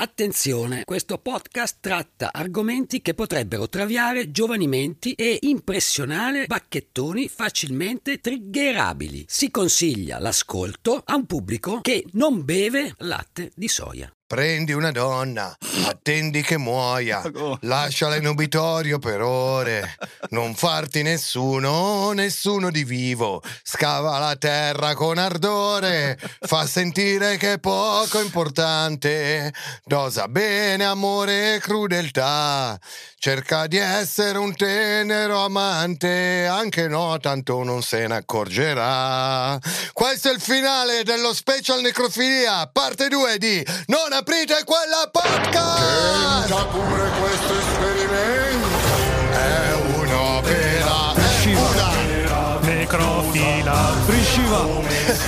Attenzione, questo podcast tratta argomenti che potrebbero traviare giovani menti e impressionare bacchettoni facilmente triggerabili. Si consiglia l'ascolto a un pubblico che non beve latte di soia. Prendi una donna, attendi che muoia, lasciala in obitorio per ore, non farti nessuno di vivo, scava la terra con ardore, fa sentire che è poco importante, dosa bene amore e crudeltà, cerca di essere un tenero amante, anche no, tanto non se ne accorgerà. Questo è il finale dello special necrofilia, parte 2 di Non aprite quella podcast! Tenta pure questo esperimento. È un'opera, è una necrofila frisciva. Non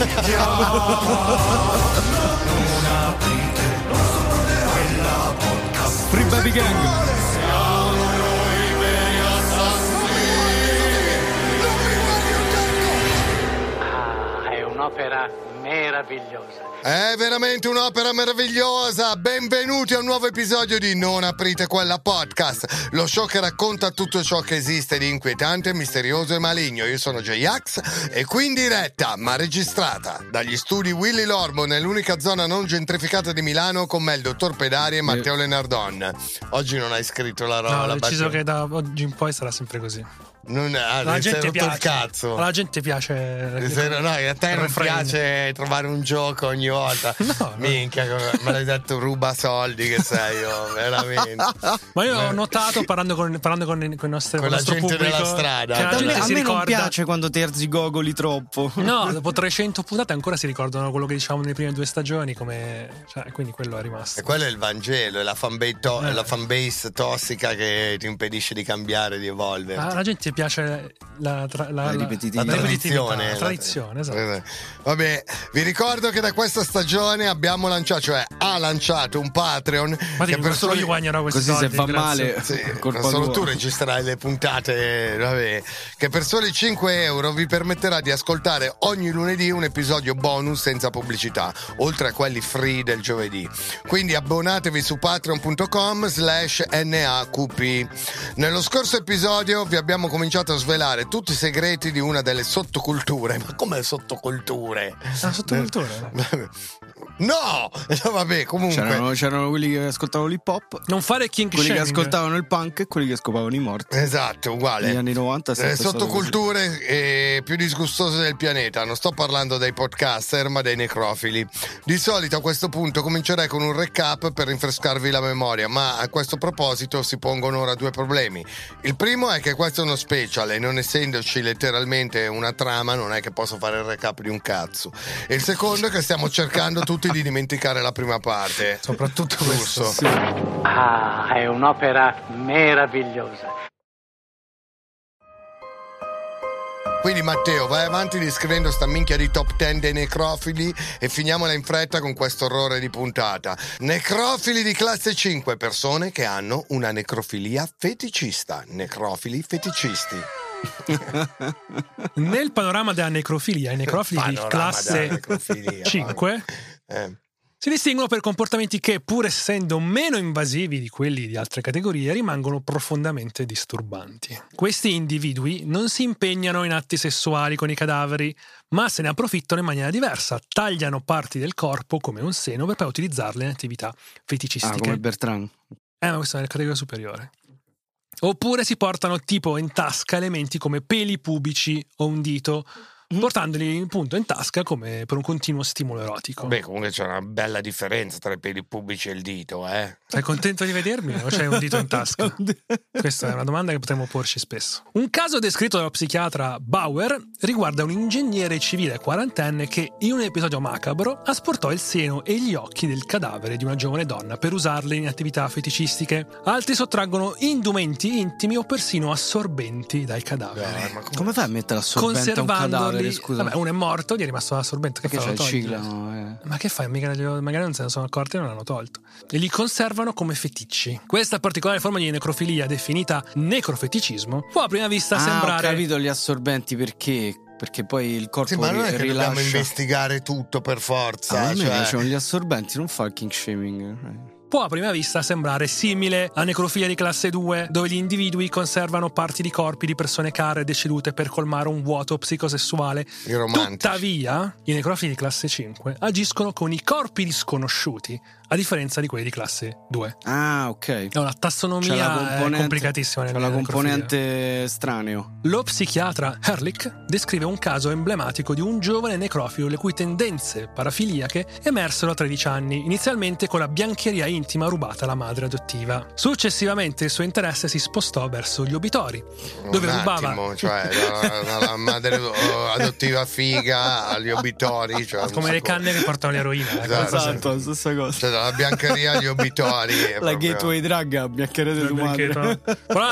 aprite quella podcast. Free Baby Gang. Siamo noi veri assassini. Non mi guardi un È un'opera meravigliosa. È veramente un'opera meravigliosa. Benvenuti a un nuovo episodio di Non aprite quella podcast, lo show che racconta tutto ciò che esiste di inquietante, misterioso e maligno. Io sono J-Ax e qui in diretta, ma registrata dagli studi Willy Lormo nell'unica zona non gentrificata di Milano, con me il dottor Pedari e Matteo Lenardon. Oggi non hai scritto la roba. No, ho deciso che da oggi in poi sarà sempre così. La gente piace il cazzo. La gente piace. No, a te non piace trovare un gioco ogni volta. No, minchia, maledetto ruba soldi che sei io, veramente. Ma io ho notato parlando con i nostri con la gente pubblico, della strada. Che la gente A si me ricorda. non piace quando terzi gogoli troppo. No, dopo 300 puntate ancora si ricordano quello che dicevamo nelle prime 2 stagioni, come, cioè, quindi quello è rimasto. E quello è il Vangelo, è la fanbase tossica che ti impedisce di cambiare, di evolvere. La gente piace la tradizione. La tradizione, esatto. Vabbè, vi ricordo che da questa stagione abbiamo lanciato, cioè ha lanciato un Patreon. Ma che per solo io guagnerò questi così soldi, se fa grazie. male, Sì, colpa solo tua. tu registrerai le puntate, vabbè, che per soli 5 euro vi permetterà di ascoltare ogni lunedì un episodio bonus senza pubblicità, oltre a quelli free del giovedì. Quindi abbonatevi su patreon.com/NAQP. Nello scorso episodio vi abbiamo cominciato a svelare tutti i segreti di una delle sottoculture. Ma come sottoculture? La sottocultura? No! Vabbè, comunque C'erano quelli che ascoltavano l'hip hop, Non fare king quelli che shaming. ascoltavano il punk e quelli che scopavano i morti. esatto, uguale. Negli anni 90 è sempre stato sottoculture più disgustose del pianeta. Non sto parlando dei podcaster, ma dei necrofili. Di solito a questo punto comincerei con un recap per rinfrescarvi la memoria, ma a questo proposito si pongono ora 2 problemi. Il primo è che questo è uno special e non essendoci letteralmente una trama non è che posso fare il recap di un cazzo. E il secondo è che stiamo cercando tutti di dimenticare la prima parte. Soprattutto Russo. questo. È un'opera meravigliosa. Quindi Matteo, vai avanti descrivendo sta minchia di top 10 dei necrofili e finiamola in fretta con questo orrore di puntata. Necrofili di classe 5, persone che hanno una necrofilia feticista. Necrofili feticisti. Nel panorama della necrofilia, i necrofili di Panorama classe della necrofilia, 5 Eh. si distinguono per comportamenti che, pur essendo meno invasivi di quelli di altre categorie, rimangono profondamente disturbanti. Questi individui non si impegnano in atti sessuali con i cadaveri, ma se ne approfittano in maniera diversa, tagliano parti del corpo come un seno per poi utilizzarle in attività feticistiche. come Bertrand. Ma questa è la categoria superiore. Oppure si portano tipo in tasca elementi come peli pubici o un dito, portandoli appunto in tasca come per un continuo stimolo erotico. Beh, comunque c'è una bella differenza tra i peli pubblici e il dito, eh? Sei contento di vedermi o c'hai un dito in tasca? Questa è una domanda che potremmo porci spesso. Un caso descritto dallo psichiatra Bauer riguarda un ingegnere civile quarantenne che in un episodio macabro asportò il seno e gli occhi del cadavere di una giovane donna per usarli in attività feticistiche. Altri sottraggono indumenti intimi o persino assorbenti dai cadaveri. Ma Come fai a mettere assorbente a un cadavere? Scusa, Vabbè, uno è morto, gli è rimasto l'assorbente. Che perché fa? c'è Lo il togli? ciclo? No, Ma che fai? Magari non se ne sono accorti e non l'hanno tolto. E li conservano come feticci. Questa particolare forma di necrofilia, definita necrofeticismo, può a prima vista ho sembrare... capito gli assorbenti perché poi il corpo sì, ma non è che rilascia. dobbiamo investigare tutto per forza. A me cioè... piacciono gli assorbenti, non fa il king shaming. può a prima vista sembrare simile a necrofilia di classe 2, dove gli individui conservano parti di corpi di persone care decedute per colmare un vuoto psicosessuale. Tuttavia, i necrofili di classe 5 agiscono con i corpi di sconosciuti, a differenza di quelli di classe 2. Ah, ok. È una tassonomia complicatissima. C'è la componente estraneo. Lo psichiatra Ehrlich descrive un caso emblematico di un giovane necrofilo le cui tendenze parafiliache emersero a 13 anni, inizialmente con la biancheria intima rubata alla madre adottiva. Successivamente il suo interesse si spostò verso gli obitori, dove rubava... cioè la madre adottiva figa agli obitori, cioè, come le canne che portano l'eroina. Esatto, la stessa cosa. Cioè, la biancheria agli obitori la proprio... gateway drug a biancheria di tua madre. Però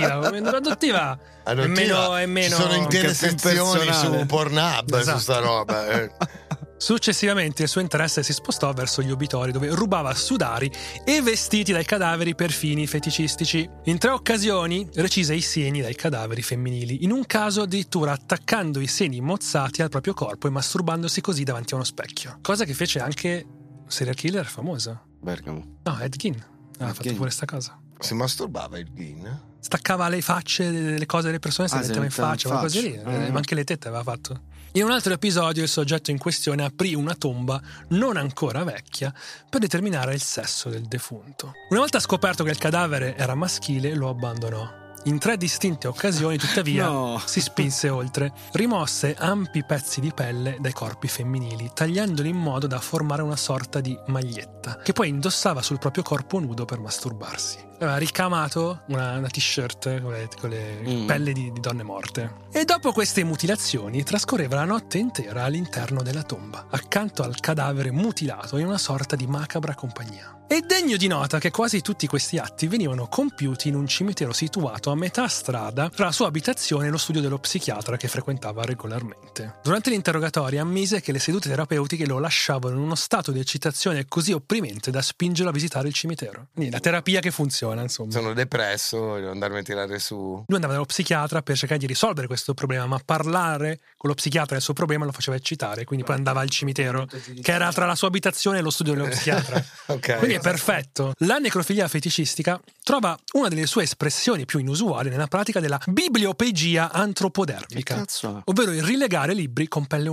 l'adottiva è meno ci sono intere sezioni su Pornhub, esatto, su sta roba. Successivamente il suo interesse si spostò verso gli obitori, dove rubava sudari e vestiti dai cadaveri per fini feticistici. In 3 occasioni recise i seni dai cadaveri femminili, in un caso addirittura attaccando i seni mozzati al proprio corpo e masturbandosi così davanti a uno specchio. Cosa che fece anche un serial killer famoso. Bergamo. No, Ed Gein. Ha fatto pure sta cosa. Si masturbava il Gein? Staccava le facce, le cose delle persone, se le metteva in faccia, qualcosa lì. Ma anche le tette aveva fatto. In un altro episodio il soggetto in questione aprì una tomba non ancora vecchia per determinare il sesso del defunto. Una volta scoperto che il cadavere era maschile, lo abbandonò. In 3 distinte occasioni, tuttavia, si spinse oltre. Rimosse ampi pezzi di pelle dai corpi femminili, tagliandoli in modo da formare una sorta di maglietta, che poi indossava sul proprio corpo nudo per masturbarsi. Aveva ricamato una t-shirt con le pelle di donne morte. E dopo queste mutilazioni trascorreva la notte intera all'interno della tomba, accanto al cadavere mutilato, in una sorta di macabra compagnia. È degno di nota che quasi tutti questi atti venivano compiuti in un cimitero situato a metà strada tra la sua abitazione e lo studio dello psichiatra che frequentava regolarmente. Durante l'interrogatorio ammise che le sedute terapeutiche lo lasciavano in uno stato di eccitazione così opprimente da spingerlo a visitare il cimitero. Quindi la terapia che funziona, insomma. Sono depresso, devo andarmi a tirare su. Lui andava dallo psichiatra per cercare di risolvere questo problema, ma parlare con lo psichiatra del suo problema lo faceva eccitare, quindi poi andava al cimitero, che era tra la sua abitazione e lo studio dello psichiatra. Ok. Quindi è perfetto. La necrofilia feticistica trova una delle sue espressioni più inusuali nella pratica della bibliopegia antropodermica, ovvero il rilegare libri con pelle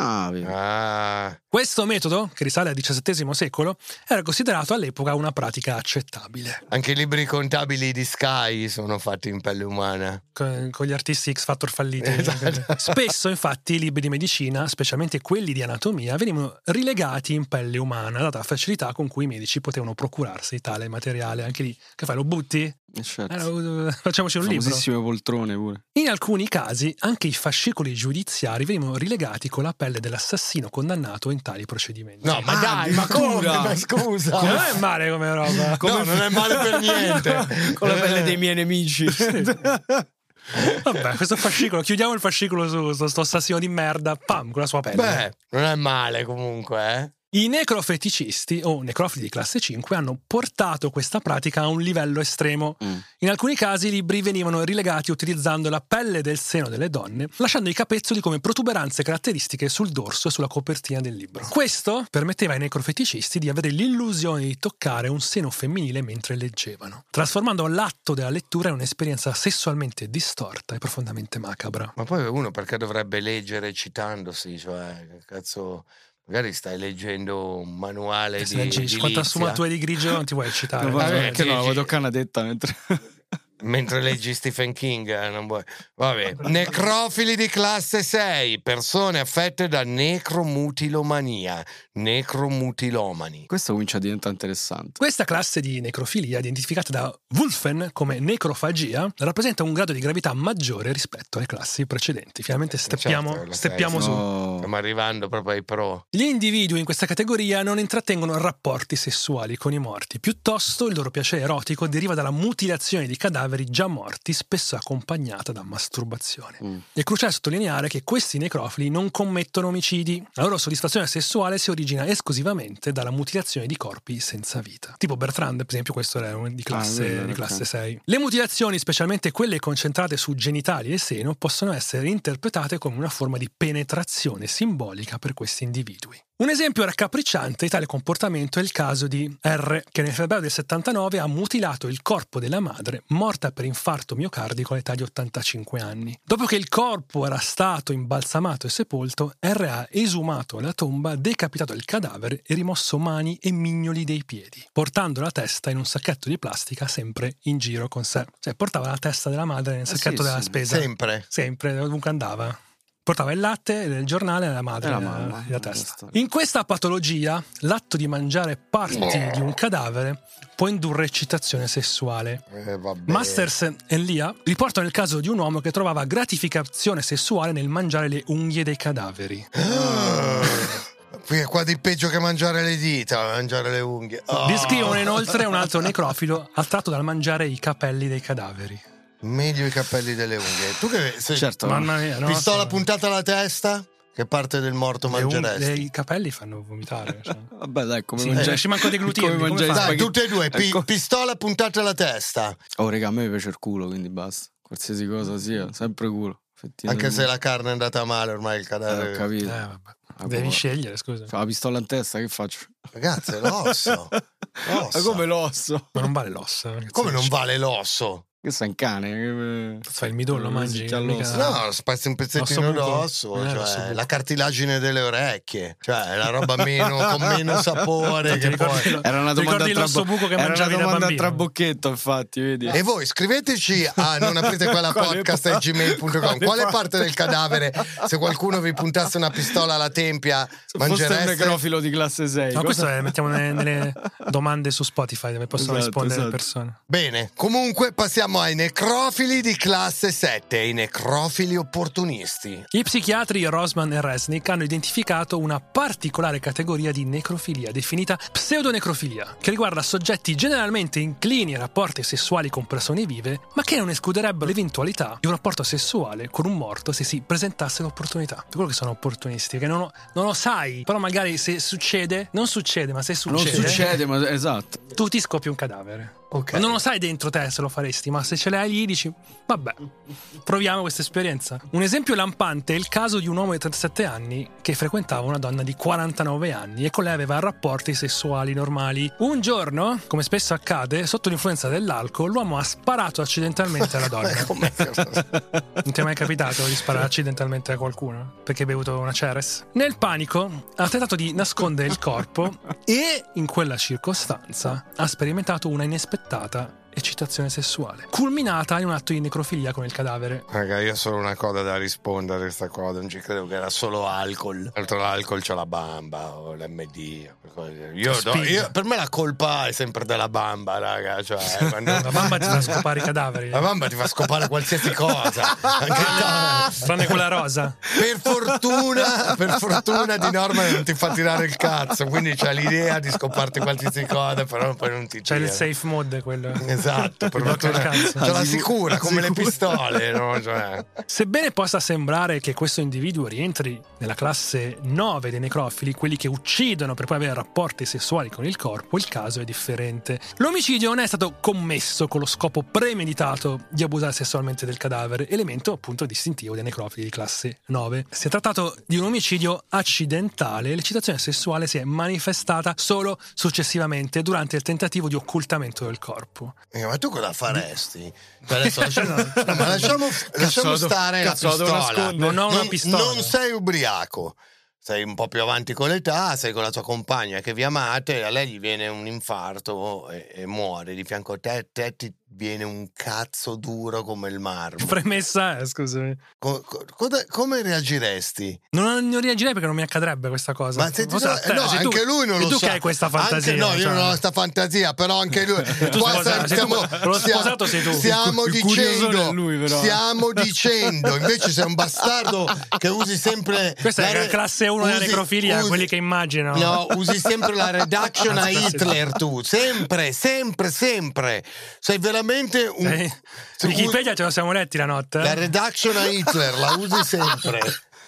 umana. Questo metodo, che risale al XVII secolo, era considerato all'epoca una pratica accettabile. Anche i libri contabili di Sky sono fatti in pelle umana. Con gli artisti X Factor falliti. Esatto. Spesso, infatti, i libri di medicina, specialmente quelli di anatomia, venivano rilegati in pelle umana, data la facilità con cui i medici potevano procurarsi tale materiale. Anche lì, che fai, lo butti? Facciamoci un libro. Famosissime poltrone pure. In alcuni casi anche i fascicoli giudiziari venivano rilegati con la pelle dell'assassino condannato in tali procedimenti. No, ma dai, ma come? Ma scusa, non è male come roba. No, non è male per niente. Con la pelle dei miei nemici. Vabbè, questo fascicolo, chiudiamo il fascicolo su sto assassino di merda, pam, con la sua pelle. Beh, non è male comunque, eh. I necrofeticisti o necrofili di classe 5 hanno portato questa pratica a un livello estremo. In alcuni casi i libri venivano rilegati utilizzando la pelle del seno delle donne, lasciando i capezzoli come protuberanze caratteristiche sul dorso e sulla copertina del libro. Questo permetteva ai necrofeticisti di avere l'illusione di toccare un seno femminile mentre leggevano, trasformando l'atto della lettura in un'esperienza sessualmente distorta e profondamente macabra. Ma poi uno perché dovrebbe leggere citandosi? Cioè, che cazzo... Magari stai leggendo un manuale di leggi 50 sfumature di grigio, non ti vuoi eccitare. Perché no, vuoi toccare una tetta mentre leggi Stephen King, non vuoi. Vabbè. Necrofili di classe 6, persone affette da necromutilomania, necromutilomani. Questo comincia a diventare interessante. Questa classe di necrofilia, identificata da Wulffen come necrofagia, rappresenta un grado di gravità maggiore rispetto alle classi precedenti. Finalmente steppiamo su. Stiamo arrivando proprio ai pro. Gli individui in questa categoria non intrattengono rapporti sessuali con i morti, piuttosto il loro piacere erotico deriva dalla mutilazione di cadaveri già morti, spesso accompagnata da masturbazione. È cruciale sottolineare che questi necrofili non commettono omicidi. La loro soddisfazione sessuale si origina esclusivamente dalla mutilazione di corpi senza vita. Tipo Bertrand, per esempio, questo era di classe 6. Le mutilazioni, specialmente quelle concentrate su genitali e seno, possono essere interpretate come una forma di penetrazione simbolica per questi individui. Un esempio raccapricciante di tale comportamento è il caso di R, che nel febbraio del 79 ha mutilato il corpo della madre, morta per infarto miocardico all'età di 85 anni. Dopo che il corpo era stato imbalsamato e sepolto, R ha esumato la tomba, decapitato il cadavere e rimosso mani e mignoli dei piedi, portando la testa in un sacchetto di plastica sempre in giro con sé. Cioè portava la testa della madre nel sacchetto della spesa. Sempre, ovunque andava. Portava il latte, il giornale e la madre la testa. In questa patologia, l'atto di mangiare parti di un cadavere può indurre eccitazione sessuale. Masters e Lia riportano il caso di un uomo che trovava gratificazione sessuale nel mangiare le unghie dei cadaveri. Qui è qua di peggio che mangiare le dita, mangiare le unghie. Descrivono inoltre un altro necrofilo attratto dal mangiare i capelli dei cadaveri. Meglio i capelli delle unghie. Tu che sei Certo, mamma mia, no, pistola puntata alla testa? Che parte del morto mangeresti? I capelli fanno vomitare. Cioè. Vabbè, dai, come ci manco dei glutini. Dai, tutte e due, pistola puntata alla testa. Oh, raga, a me piace il culo, quindi basta. Qualsiasi cosa sia, sempre culo. Anche se la carne è andata male, ormai il cadavere. Ho capito. Vabbè. Devi scegliere, scusa. Fa la pistola in testa, che faccio? Ragazzi, è l'osso. Ma come l'osso? Ma non vale l'osso. Come non vale l'osso? Questo è un cane. Fai il midollo, mangi. No, spazzi un pezzettino d'osso, cioè la cartilagine delle orecchie, cioè la roba con meno sapore. Che poi... Era una domanda che mangiavi da bambino. Trabocchetto, infatti, vedi. E voi scriveteci a non aprite quella podcast@gmail.com. Quale parte del cadavere, se qualcuno vi puntasse una pistola alla tempia, mangereste? Fosse un necrofilo di classe 6. No, questo mettiamo nelle domande su Spotify dove possono rispondere le persone. Bene, comunque passiamo ai necrofili di classe 7, i necrofili opportunisti. I psichiatri Rosman e Resnick hanno identificato una particolare categoria di necrofilia definita pseudonecrofilia, che riguarda soggetti generalmente inclini a rapporti sessuali con persone vive, ma che non escluderebbero l'eventualità di un rapporto sessuale con un morto se si presentasse l'opportunità. Quello che sono opportunisti, che non lo sai, però magari se succede, non succede, ma se succede... Non succede, ma esatto. Tu ti scoppi un cadavere. Okay. Non lo sai dentro te se lo faresti, ma se ce l'hai lì dici vabbè, proviamo questa esperienza. Un esempio lampante è il caso di un uomo di 37 anni che frequentava una donna di 49 anni e con lei aveva rapporti sessuali normali. Un giorno, come spesso accade, sotto l'influenza dell'alcol, l'uomo ha sparato accidentalmente alla donna. Non ti è mai capitato di sparare accidentalmente a qualcuno perché hai bevuto una Ceres? Nel panico ha tentato di nascondere il corpo e in quella circostanza ha sperimentato una inaspettata eccitazione sessuale, culminata in un atto di necrofilia con il cadavere. Raga, io ho solo una cosa da rispondere a questa cosa, non ci credo che era solo alcol. Oltre all'alcol c'è la bamba o l'MD. Per me la colpa è sempre della bamba, raga. Cioè, la bamba ti fa scopare i cadaveri. La bamba ti fa scopare qualsiasi cosa. Tranne quella rosa. Per fortuna di norma non ti fa tirare il cazzo, quindi c'è l'idea di scoparti qualsiasi cosa, però poi non ti tira. C'è il safe mode quello. Esatto, per fortuna ce la sicura, come le pistole, no? Cioè. Sebbene possa sembrare che questo individuo rientri nella classe 9 dei necrofili, quelli che uccidono per poi avere rapporti sessuali con il corpo, il caso è differente. L'omicidio non è stato commesso con lo scopo premeditato di abusare sessualmente del cadavere, elemento appunto distintivo dei necrofili di classe 9. Si è trattato di un omicidio accidentale e l'eccitazione sessuale si è manifestata solo successivamente durante il tentativo di occultamento del corpo. Ma tu cosa faresti? Adesso lasciamo stare la pistola. Non ho una pistola. Non sei ubriaco. Sei un po' più avanti con l'età, sei con la tua compagna che vi amate, a lei gli viene un infarto e muore di fianco a te ti viene un cazzo duro come il marmo. Premessa, scusami. Come reagiresti? Non reagirei perché non mi accadrebbe questa cosa. Ma se anche lui non lo sa. Tu che hai questa fantasia. Io non ho questa fantasia, però anche lui. Sposato sei tu. Stiamo dicendo, invece sei un bastardo che usi sempre. Questa è la classe 1 della necrofilia, quelli che immaginano. No, usi sempre la reduction a Hitler tu. Sempre. Sei veramente un... Wikipedia ce lo siamo letti la notte. La reduction a Hitler la usi sempre.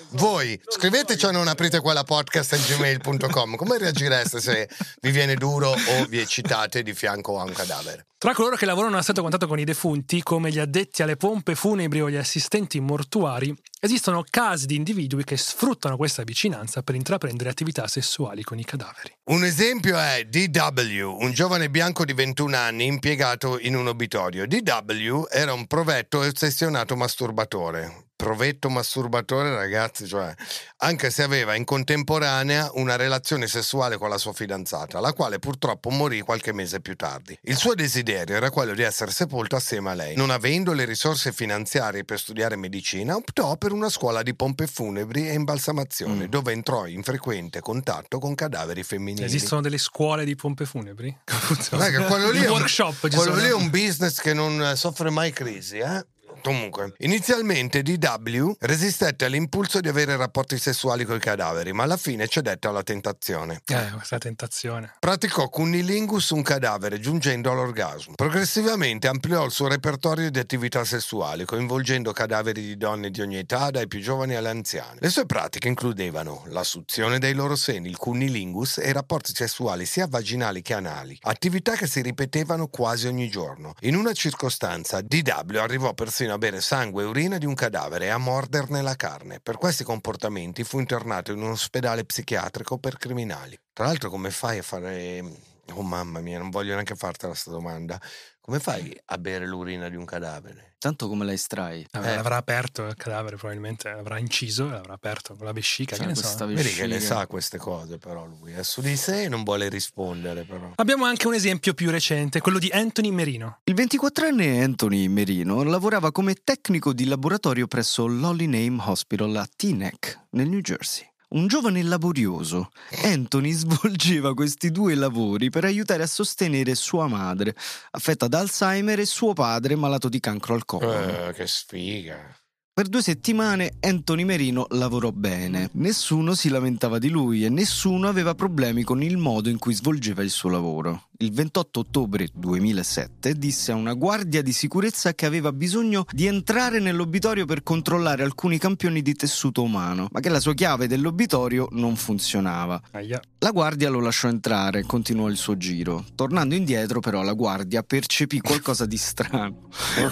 Voi scriveteci o non aprite quella podcast@gmail.com. Come reagireste se vi viene duro o vi eccitate di fianco a un cadavere? Tra coloro che lavorano a stretto contatto con i defunti, come gli addetti alle pompe funebri o gli assistenti mortuari, esistono casi di individui che sfruttano questa vicinanza per intraprendere attività sessuali con i cadaveri. Un esempio è DW, un giovane bianco di 21 anni impiegato in un obitorio. DW era un provetto e ossessionato masturbatore. Provetto masturbatore, ragazzi, cioè, anche se aveva in contemporanea una relazione sessuale con la sua fidanzata, la quale purtroppo morì qualche mese più tardi. Il suo desiderio era quello di essere sepolto assieme a lei. Non avendo le risorse finanziarie per studiare medicina, optò per una scuola di pompe funebri e imbalsamazione, dove entrò in frequente contatto con cadaveri femminili. Esistono delle scuole di pompe funebri? Quello lì, Quello lì è un business che non soffre mai crisi, eh? Comunque, inizialmente DW resistette all'impulso di avere rapporti sessuali coi cadaveri, ma alla fine cedette alla tentazione. Questa tentazione. Praticò cunnilingus su un cadavere, giungendo all'orgasmo. Progressivamente ampliò il suo repertorio di attività sessuali, coinvolgendo cadaveri di donne di ogni età, dai più giovani alle anziane. Le sue pratiche includevano la suzione dei loro seni, il cunnilingus e rapporti sessuali sia vaginali che anali, attività che si ripetevano quasi ogni giorno. In una circostanza, DW arrivò persino a bere sangue e urina di un cadavere e a morderne la carne. Per questi comportamenti fu internato in un ospedale psichiatrico per criminali. Tra l'altro, come fai a fare... Oh mamma mia, non voglio neanche fartela sta domanda. Come fai a bere l'urina di un cadavere? Tanto come la estrai? L'avrà aperto il cadavere, probabilmente l'avrà inciso e l'avrà aperto con la vescica. Cioè, che ne so. Vedi che le sa queste cose, però lui è su di sé e non vuole rispondere, però. Abbiamo anche un esempio più recente, quello di Anthony Merino. Il 24enne Anthony Merino lavorava come tecnico di laboratorio presso l'Holy Name Hospital a Teaneck, nel New Jersey. Un giovane laborioso, Anthony svolgeva questi due lavori per aiutare a sostenere sua madre, affetta da Alzheimer, e suo padre, malato di cancro al colon. Che sfiga. Per 2 settimane Anthony Merino lavorò bene. Nessuno si lamentava di lui e nessuno aveva problemi con il modo in cui svolgeva il suo lavoro. Il 28 ottobre 2007 disse a una guardia di sicurezza che aveva bisogno di entrare nell'obitorio per controllare alcuni campioni di tessuto umano, ma che la sua chiave dell'obitorio non funzionava. La guardia lo lasciò entrare e continuò il suo giro. Tornando indietro, però, la guardia percepì qualcosa di strano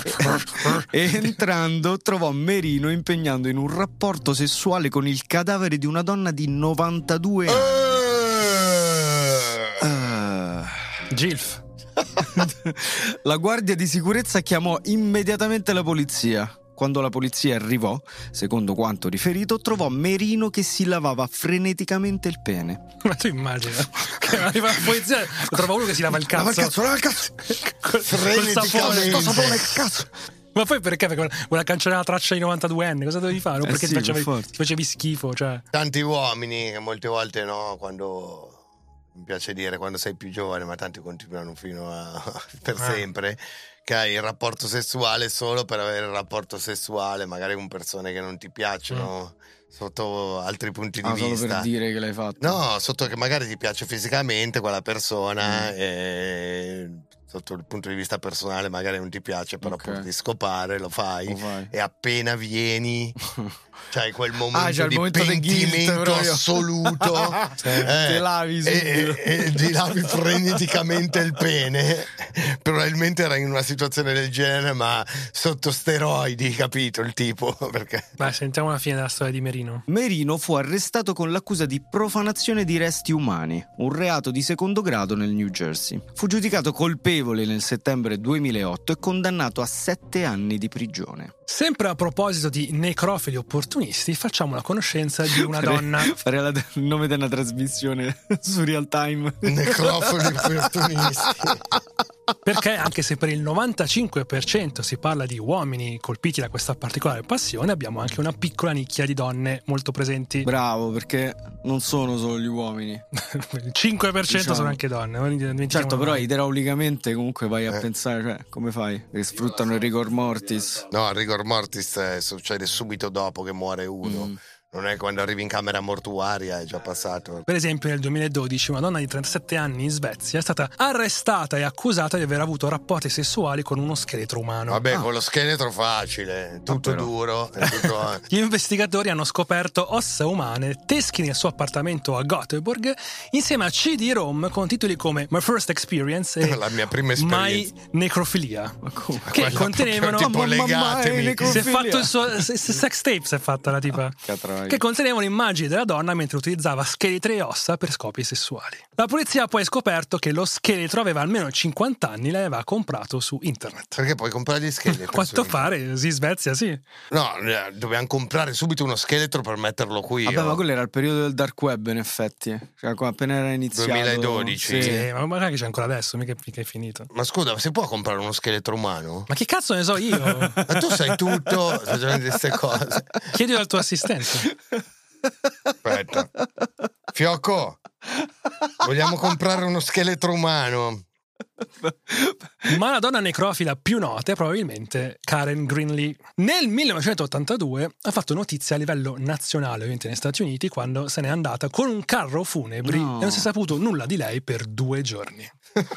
e entrando trovò Merino impegnando in un rapporto sessuale con il cadavere di una donna di 92 anni. Gilf. La guardia di sicurezza chiamò immediatamente la polizia. Quando la polizia arrivò, secondo quanto riferito, trovò Merino che si lavava freneticamente il pene. Ma tu immagina che arriva la polizia, trova uno che si lava il cazzo. Lava il cazzo. Freneticamente. Sto sapone, che cazzo. Ma poi perché? Perché vuole cancellare la traccia di 92enne? Cosa dovevi fare? O perché sì, ti facevi schifo? Cioè. Tanti uomini che molte volte no, quando... Mi piace dire quando sei più giovane, ma tanti continuano fino a per sempre, che hai il rapporto sessuale solo per avere il rapporto sessuale, magari con persone che non ti piacciono sotto altri punti di vista. Solo per dire che l'hai fatto. No, sotto che magari ti piace fisicamente quella persona e sotto il punto di vista personale magari non ti piace, però pur di scopare lo fai. E appena vieni c'hai quel momento di pentimento assoluto. Ti lavi e ti lavi freneticamente il pene. Probabilmente era in una situazione del genere, ma sotto steroidi, capito il tipo? Perché... Beh, sentiamo la fine della storia di Merino. Merino fu arrestato con l'accusa di profanazione di resti umani, un reato di secondo grado nel New Jersey. Fu giudicato colpevole nel settembre 2008 e condannato a 7 anni di prigione. Sempre a proposito di necrofili opportunisti, facciamo la conoscenza di una donna. Farei il nome della trasmissione su Real Time. Necrofili opportunisti. Perché anche se per il 95% si parla di uomini colpiti da questa particolare passione, abbiamo anche una piccola nicchia di donne molto presenti. Bravo, perché non sono solo gli uomini. Il 5% sono anche donne. Certo, però idraulicamente comunque vai a pensare, cioè, come fai? Che sfruttano il rigor mortis. No, il rigor mortis succede subito dopo che muore uno. Non è quando arrivi in camera mortuaria, è già passato. Per esempio nel 2012 una donna di 37 anni in Svezia è stata arrestata e accusata di aver avuto rapporti sessuali con uno scheletro umano. Vabbè, con lo scheletro facile, tutto duro. Tutto... Gli investigatori hanno scoperto ossa umane, teschi nel suo appartamento a Göteborg, insieme a CD-ROM con titoli come My First Experience e La mia prima esperienza. My Necrophilia, che Quella contenevano tipo legatemi. si è fatto il suo sex tape, si è fatta la tipa, che contenevano immagini della donna mentre utilizzava scheletri e ossa per scopi sessuali. La polizia ha poi scoperto che lo scheletro aveva almeno 50 anni, l'aveva comprato su internet. Perché puoi comprare gli scheletri? A quanto pare, sì, in Svezia sì. No, dovevamo comprare subito uno scheletro per metterlo qui. Vabbè, ma quello era il periodo del dark web, in effetti. Cioè, appena era iniziato. 2012. Sì, ma magari c'è ancora adesso, mica è finito. Ma scusa, si può comprare uno scheletro umano? Ma che cazzo ne so io? Ma tu sai tutto, sai queste cose. Chiedi al tuo assistente. Aspetta. Fiocco, vogliamo comprare uno scheletro umano? Ma la donna necrofila più nota è probabilmente Karen Greenlee. Nel 1982 ha fatto notizia a livello nazionale, ovviamente negli Stati Uniti, quando se n'è andata con un carro funebri e non si è saputo nulla di lei per 2 giorni.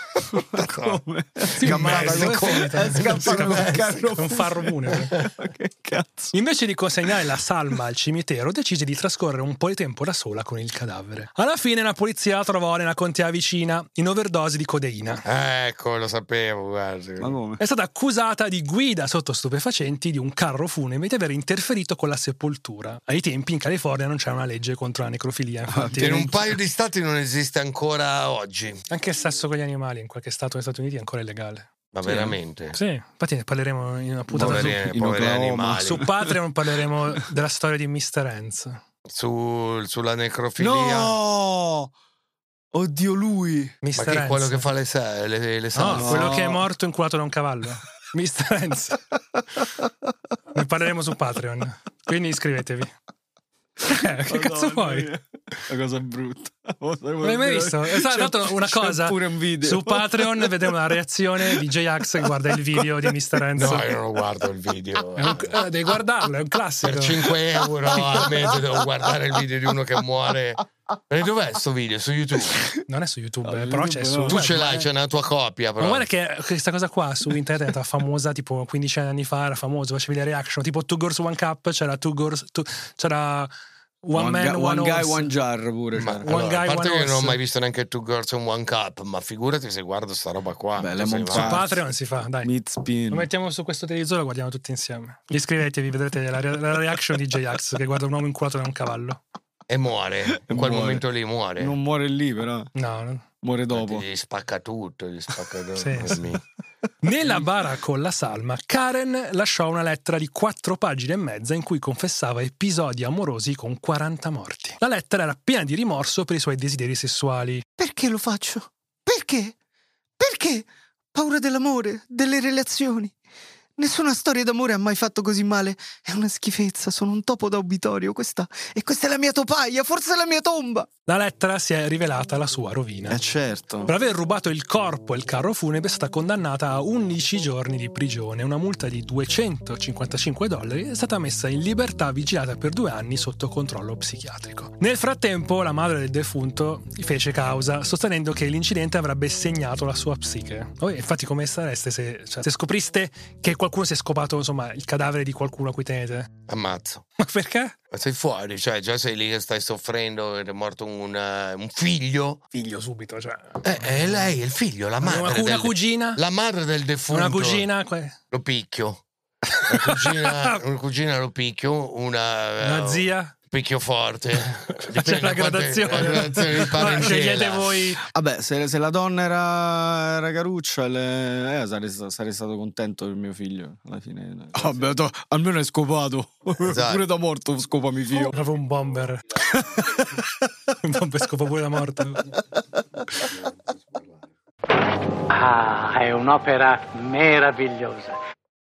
Come? È scappato un carro funebre. Che cazzo? Invece di consegnare la salma al cimitero, decise di trascorrere un po' di tempo da sola con il cadavere. Alla fine la polizia la trovò nella contea vicina, in overdose di codeina. Ecco, lo sapevo, guarda. Ma come? È stata accusata di guida sotto stupefacenti di un carro funebre e di aver interferito con la sepoltura. Ai tempi in California non c'era una legge contro la necrofilia. Infatti, In un paio di stati non esiste ancora oggi. anche il sesso con gli animali in qualche stato negli Stati Uniti è ancora illegale. Ma veramente? Sì, infatti ne parleremo in una puntata Poveri in Oklahoma. animali. su Patreon, parleremo della storia di Mr. Hands. Sulla necrofilia. No! Oddio, lui! Mr. Ma che è Hands. quello che fa le No, salme? quello che è morto inculato da un cavallo. Mr. Hands. Ne parleremo su Patreon. Quindi iscrivetevi. Che cazzo vuoi? Una cosa brutta. Non l'hai mai visto? È stato una cosa. C'è pure un video. Su Patreon vedremo la reazione di J-Ax che guarda il video di Mr. Hands. No, io non lo guardo il video. Devi guardarlo, è un classico. Per 5 euro al mese devo guardare il video di uno che muore. E dov'è sto video? Su YouTube? Non è su YouTube, No, però YouTube c'è no. su. Tu ce l'hai, c'è una tua copia. Ma Però. guarda che questa cosa qua su internet era famosa tipo 15 anni fa, era famosa, facevi le reaction, tipo Two Girls One Cup, c'era One Man, One Guy, Horse. One Jar pure. Ma, c'era. One allora, guy, a parte one che non ho horse. mai visto neanche Two Girls and One Cup, ma figurati se guardo sta roba qua. Beh, Tu Lemon sei Su matto. Patreon si fa, dai. Meat Spin. Lo mettiamo su questo televisore e lo guardiamo tutti insieme. Iscrivetevi, vedrete la reaction di J-Ax che guarda un uomo inculato da un cavallo. E muore. In quel Muore. momento lì muore. Non muore lì, però. No. Muore dopo. Gli spacca tutto, Sì, sì. Nella bara con la salma, Karen lasciò una lettera di 4 pagine e mezza in cui confessava episodi amorosi con 40 morti. La lettera era piena di rimorso per i suoi desideri sessuali. Perché lo faccio? Perché? Perché? Paura dell'amore, delle relazioni. Nessuna storia d'amore ha mai fatto così male. È una schifezza, sono un topo da obitorio. Questa è la mia topaia, forse è la mia tomba. La lettera si è rivelata la sua rovina. Certo. Per aver rubato il corpo e il carro funebre è stata condannata a 11 giorni di prigione. Una multa di $255 è stata messa in libertà vigilata per 2 anni sotto controllo psichiatrico. Nel frattempo la madre del defunto fece causa, sostenendo che l'incidente avrebbe segnato la sua psiche. Infatti come sareste se scopriste che qualcuno si è scopato insomma il cadavere di qualcuno a cui tenete? Ammazzo. Ma perché? Ma sei fuori, cioè già sei lì che stai soffrendo ed è morto un figlio. Figlio subito, cioè. È lei, il figlio, la madre. Una cugina? La madre del defunto. Una cugina? Lo picchio. Una cugina lo picchio. Una zia? Picchio forte. C'è la gradazione. La gradazione di Ma parentela. scegliete voi. Vabbè, se la donna era caruccia, sarei stato contento del mio figlio alla fine. Vabbè, almeno è scopato. Esatto. Pure da morto scopa mio figlio. Proprio un bomber. Un bomber scopa pure da morto. Ah, è un'opera meravigliosa.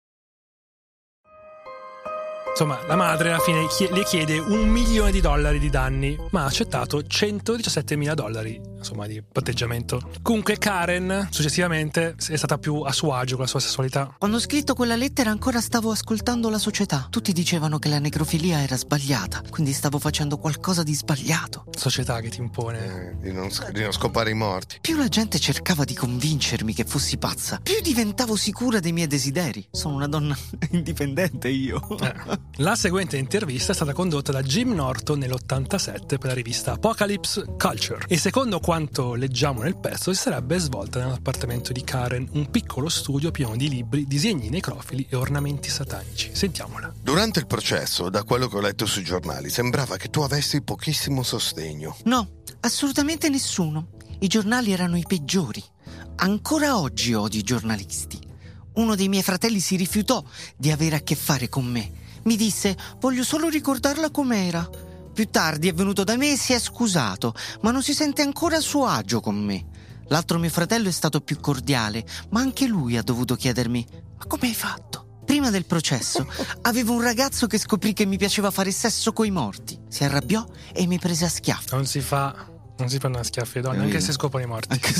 Insomma, la madre alla fine le chiede $1 milione di danni, ma ha accettato $117.000 insomma, di patteggiamento. Comunque Karen successivamente è stata più a suo agio con la sua sessualità. Quando ho scritto quella lettera ancora stavo ascoltando la società. Tutti dicevano che la necrofilia era sbagliata, quindi stavo facendo qualcosa di sbagliato. Società che ti impone. Di non scopare i morti. Più la gente cercava di convincermi che fossi pazza, più diventavo sicura dei miei desideri. Sono una donna indipendente io. La seguente intervista è stata condotta da Jim Norton nell'87 per la rivista Apocalypse Culture e secondo quanto leggiamo nel pezzo si sarebbe svolta nell'appartamento di Karen, un piccolo studio pieno di libri, disegni necrofili e ornamenti satanici. Sentiamola. Durante il processo, da quello che ho letto sui giornali, sembrava che tu avessi pochissimo sostegno. No, assolutamente nessuno. I giornali erano i peggiori. Ancora oggi odio i giornalisti. Uno dei miei fratelli si rifiutò di avere a che fare con me. Mi disse: voglio solo ricordarla com'era. Più tardi è venuto da me e si è scusato, ma non si sente ancora a suo agio con me. L'altro mio fratello è stato più cordiale, ma anche lui ha dovuto chiedermi: ma come hai fatto? Prima del processo avevo un ragazzo che scoprì che mi piaceva fare sesso coi morti. Si arrabbiò e mi prese a schiaffi. Non si prendono a schiaffi le donne, anche se scopano i morti. Che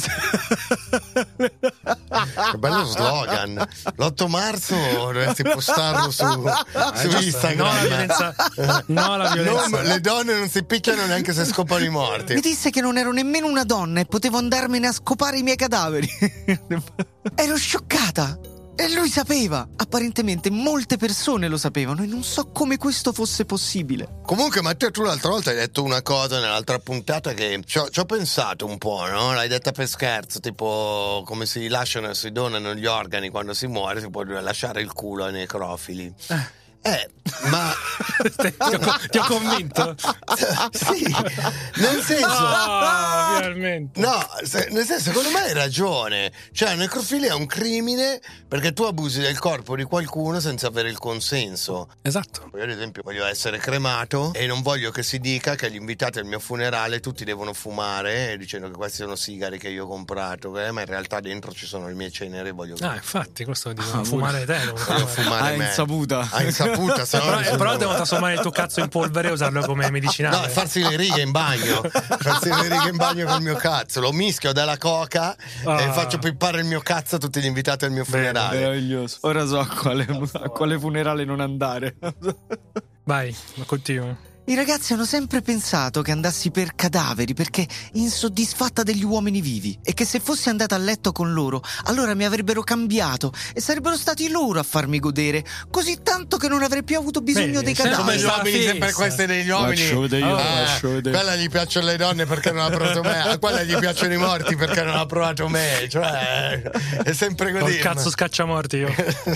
bello slogan. L'8 marzo dovresti postarlo su Instagram. No, la violenza. Le donne non si picchiano neanche se scopano i morti. Mi disse che non ero nemmeno una donna e potevo andarmene a scopare i miei cadaveri. Ero scioccata. E lui sapeva. Apparentemente molte persone lo sapevano e non so come questo fosse possibile. Comunque Matteo, tu l'altra volta hai detto una cosa nell'altra puntata che ci ho pensato un po', no? L'hai detta per scherzo, tipo come si lasciano e si donano gli organi quando si muore, si può lasciare il culo ai necrofili. Ma ti ho convinto? Sì, nel senso finalmente. no, nel senso, secondo me hai ragione. Cioè, la necrofilia è un crimine perché tu abusi del corpo di qualcuno senza avere il consenso. Esatto. Io ad esempio voglio essere cremato e non voglio che si dica che agli invitati al mio funerale tutti devono fumare dicendo che questi sono sigari che io ho comprato, ma in realtà dentro ci sono le mie ceneri e voglio infatti questo devono fumare te, voglio fumare me. Insaputa. A insaputa, se no però devono trasformare il tuo cazzo in polvere e usarlo come medicinale. No, farsi le righe in bagno. Farsi le righe in bagno col mio cazzo. Lo mischio della coca e faccio pippare il mio cazzo a tutti gli invitati al mio funerale. Meraviglioso. Ora so a quale funerale non andare. Vai, continua. I ragazzi hanno sempre pensato che andassi per cadaveri perché insoddisfatta degli uomini vivi e che se fossi andata a letto con loro allora mi avrebbero cambiato e sarebbero stati loro a farmi godere così tanto che non avrei più avuto bisogno dei Come cadaveri. gli uomini, sempre queste degli uomini. Quella gli piacciono le donne perché non ha provato me, a quella gli piacciono i morti perché non ha provato me. Cioè, è sempre così. Col cazzo scacciamorti io.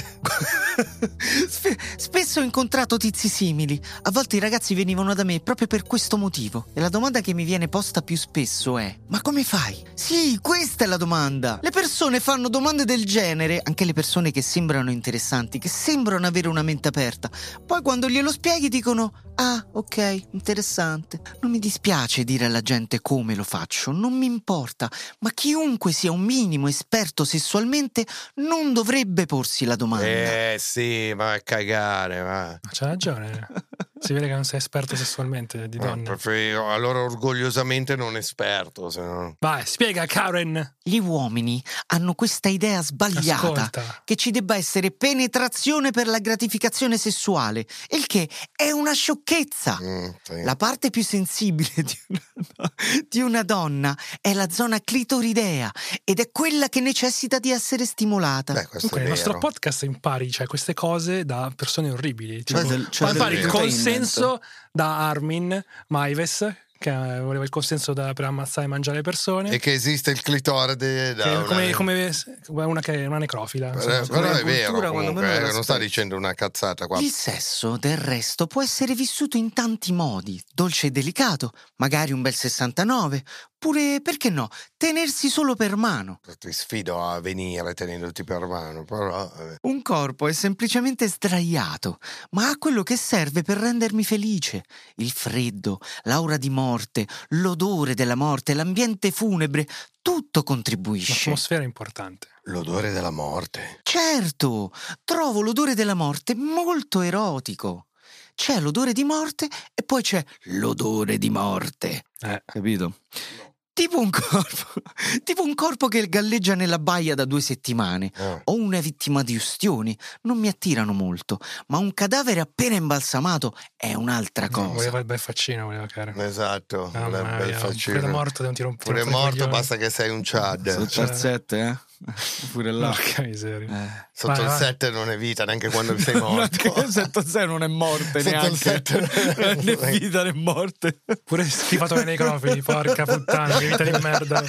Spesso ho incontrato tizi simili. A volte i ragazzi venivano da me proprio per questo motivo. E la domanda che mi viene posta più spesso è: ma come fai? Sì, questa è la domanda. Le persone fanno domande del genere, anche le persone che sembrano interessanti, che sembrano avere una mente aperta. Poi quando glielo spieghi dicono: ah, ok, interessante. Non mi dispiace dire alla gente come lo faccio, non mi importa, ma chiunque sia un minimo esperto sessualmente non dovrebbe porsi la domanda. Sì, va a cagare, va. C'ha ragione. Si vede che non sei esperto sessualmente di donne. Allora orgogliosamente non esperto, se no. Vai, spiega, Karen. Gli uomini hanno questa idea sbagliata. Ascolta. Che ci debba essere penetrazione per la gratificazione sessuale, il che è una sciocchezza. Sì. La parte più sensibile di una donna è la zona clitoridea ed è quella che necessita di essere stimolata. Questo Comunque, è nel nostro vero. podcast impari queste cose da persone orribili. Tipo, del impari il consenso entertainment. da Armin Maives, che voleva il consenso per ammazzare e mangiare persone. E che esiste il clitoride da come una che è una necrofila. Però è vero, cultura, quando comunque, meno lo non sta aspetti. dicendo una cazzata qua. Il sesso, del resto, può essere vissuto in tanti modi, dolce e delicato, magari un bel 69, oppure, perché no, tenersi solo per mano. Ti sfido a venire tenendoti per mano, però Un corpo è semplicemente sdraiato, ma ha quello che serve per rendermi felice. Il freddo, l'aura di morte, l'odore della morte, l'ambiente funebre, tutto contribuisce. L'atmosfera è importante. l'odore della morte. Certo, trovo l'odore della morte molto erotico. C'è l'odore di morte e poi c'è l'odore di morte. Capito? Tipo un corpo che galleggia nella baia da 2 settimane, o una vittima di ustioni. Non mi attirano molto, ma un cadavere appena imbalsamato è un'altra cosa. Voleva il bel faccino, voleva caro. Esatto, un bel faccino. Pure morto, non ti rompere. Pure morto, basta che sei un Chad. Sotto il 7, Pure là. Porca miseria. Sotto il 7 non è vita neanche quando sei morto. Anche sotto il 6 non è morte Sotto neanche. il 7 non è vita né morte. Pure schifato nei necrofili, porca puttana, che vita di merda.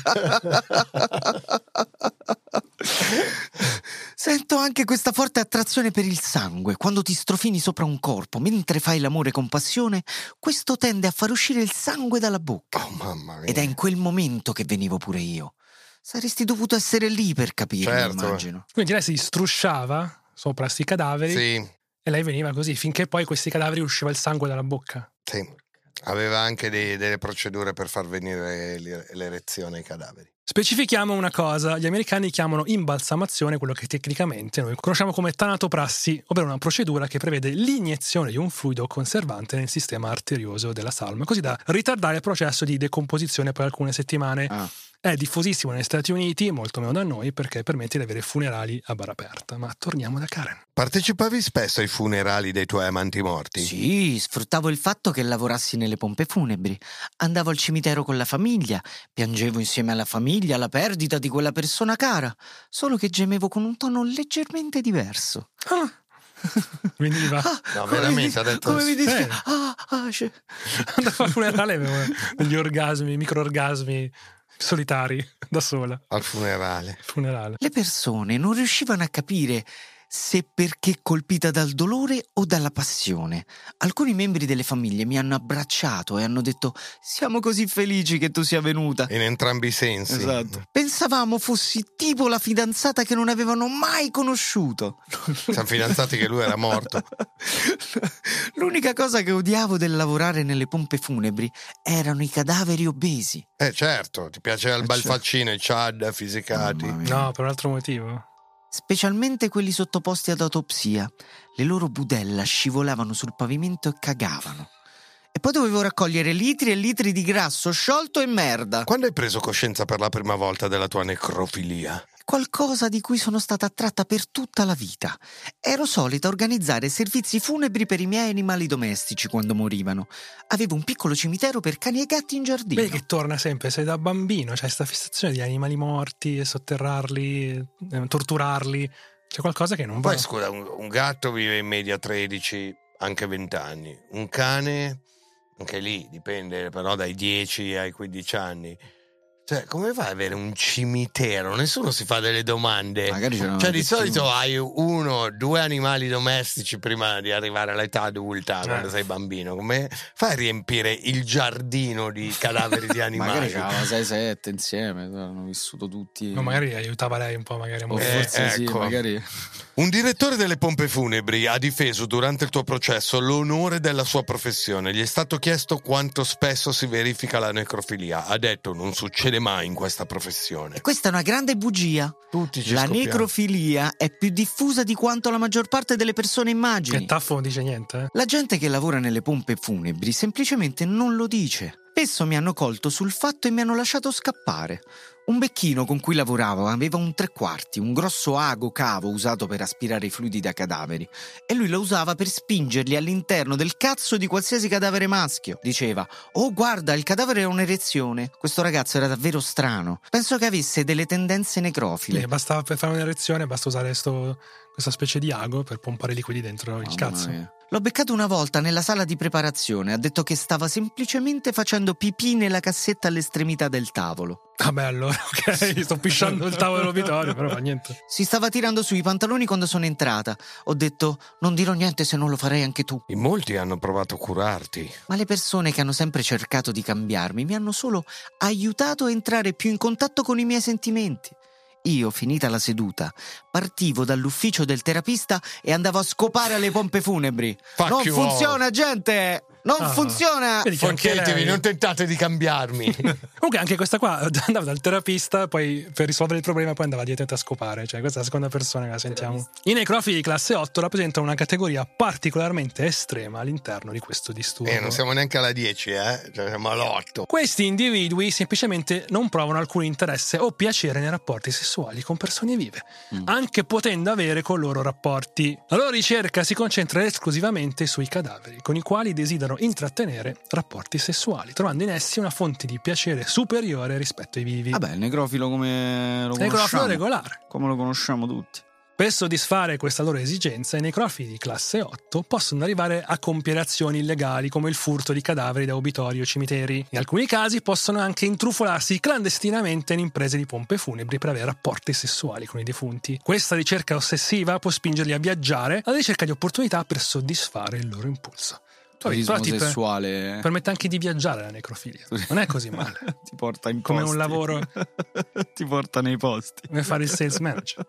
Sento anche questa forte attrazione per il sangue. Quando ti strofini sopra un corpo mentre fai l'amore con passione, questo tende a far uscire il sangue dalla bocca. Oh, mamma mia. Ed è in quel momento che venivo pure io. Saresti dovuto essere lì per capirlo, Certo. immagino. Quindi lei si strusciava sopra sti cadaveri Sì, e lei veniva così, finché poi questi cadaveri usciva il sangue dalla bocca. sì. Aveva anche delle procedure per far venire l'erezione ai cadaveri. Specifichiamo una cosa, gli americani chiamano imbalsamazione quello che tecnicamente noi conosciamo come tanatoprassi, ovvero una procedura che prevede l'iniezione di un fluido conservante nel sistema arterioso della salma, così da ritardare il processo di decomposizione per alcune settimane. È diffusissimo negli Stati Uniti, molto meno da noi, perché permette di avere funerali a bar aperta. Ma torniamo da Karen. Partecipavi spesso ai funerali dei tuoi amanti morti? Sì, sfruttavo il fatto che lavorassi nelle pompe funebri. Andavo al cimitero con la famiglia, piangevo insieme alla famiglia la perdita di quella persona cara, solo che gemevo con un tono leggermente diverso. Veniva. No, veramente, ha detto... Come mi dice? Andavo al funerale, avevo degli orgasmi, microorgasmi solitari, da sola. Al funerale. Funerale. Le persone non riuscivano a capire se perché colpita dal dolore o dalla passione. Alcuni membri delle famiglie mi hanno abbracciato e hanno detto: siamo così felici che tu sia venuta. In entrambi i sensi. Esatto. Pensavamo fossi tipo la fidanzata che non avevano mai conosciuto. Siamo fidanzati che lui era morto. L'unica cosa che odiavo del lavorare nelle pompe funebri erano i cadaveri obesi. Certo, ti piaceva il bel faccino, i Chad fisicati. No, per un altro motivo. Specialmente quelli sottoposti ad autopsia. Le loro budella scivolavano sul pavimento e cagavano. E poi dovevo raccogliere litri e litri di grasso sciolto e merda. Quando hai preso coscienza per la prima volta della tua necrofilia? Qualcosa di cui sono stata attratta per tutta la vita. Ero solita organizzare servizi funebri per i miei animali domestici quando morivano. Avevo un piccolo cimitero per cani e gatti in giardino. Vedi che torna sempre, sei da bambino, c'è sta fissazione di animali morti, sotterrarli, torturarli. C'è qualcosa che non va. Poi scusa, un gatto vive in media 13, anche 20 anni. Un cane, anche lì, dipende, però dai 10 ai 15 anni. Cioè, come fai ad avere un cimitero? Nessuno si fa delle domande. Magari cioè, di solito hai 1 o 2 animali domestici prima di arrivare all'età adulta, quando sei bambino. Come fai a riempire il giardino di cadaveri di animali? Magari c'erano 6-7 insieme, hanno vissuto tutti. No, magari aiutava lei un po', magari a O morire. forse sì, ecco. magari. Un direttore delle pompe funebri ha difeso durante il tuo processo l'onore della sua professione. Gli è stato chiesto quanto spesso si verifica la necrofilia. Ha detto: non succede mai in questa professione. E questa è una grande bugia. Tutti ci La scoppiamo. necrofilia è più diffusa di quanto la maggior parte delle persone immagini. Che Taffo non dice niente, La gente che lavora nelle pompe funebri semplicemente non lo dice. Spesso mi hanno colto sul fatto e mi hanno lasciato scappare. Un becchino con cui lavoravo aveva un 3/4, un grosso ago cavo usato per aspirare i fluidi da cadaveri, e lui lo usava per spingerli all'interno del cazzo di qualsiasi cadavere maschio. Diceva: oh, guarda, il cadavere è un'erezione. Questo ragazzo era davvero strano. Penso che avesse delle tendenze necrofile. Bastava, per fare un'erezione basta usare questa specie di ago per pompare liquidi dentro il cazzo. L'ho beccato una volta nella sala di preparazione. Ha detto che stava semplicemente facendo pipì nella cassetta all'estremità del tavolo. Vabbè, allora, ok, sto pisciando il tavolo dell'obitorio, però fa niente. Si stava tirando su i pantaloni quando sono entrata. Ho detto: non dirò niente se non lo farei anche tu. In molti hanno provato a curarti. Ma le persone che hanno sempre cercato di cambiarmi mi hanno solo aiutato a entrare più in contatto con i miei sentimenti. Io, finita la seduta, partivo dall'ufficio del terapista e andavo a scopare alle pompe funebri. Fuck Non you funziona, gente! Non funziona! Vedi che anche Forchetevi, lei- non tentate di cambiarmi. Comunque anche questa qua andava dal terapista, poi per risolvere il problema poi andava direttamente a scopare, cioè questa è la seconda persona che la sentiamo. I necrofili di classe 8 rappresentano una categoria particolarmente estrema all'interno di questo disturbo. Non siamo neanche alla 10, cioè siamo all'8. Questi individui semplicemente non provano alcun interesse o piacere nei rapporti sessuali con persone vive, anche potendo avere con loro rapporti. La loro ricerca si concentra esclusivamente sui cadaveri, con i quali desiderano intrattenere rapporti sessuali, trovando in essi una fonte di piacere superiore rispetto ai vivi. Vabbè, il necrofilo come lo Necrofilo conosciamo. regolare. Come lo conosciamo tutti. Per soddisfare questa loro esigenza, i necrofili di classe 8 possono arrivare a compiere azioni illegali come il furto di cadaveri da obitori o cimiteri. In alcuni casi possono anche intrufolarsi clandestinamente in imprese di pompe funebri per avere rapporti sessuali con i defunti. Questa ricerca ossessiva può spingerli a viaggiare alla ricerca di opportunità per soddisfare il loro impulso. Turismo Però ti sessuale permette anche di viaggiare la necrofilia. Non è così male. ti porta in Come posti. un lavoro. Ti porta nei posti. Come fare il sales manager.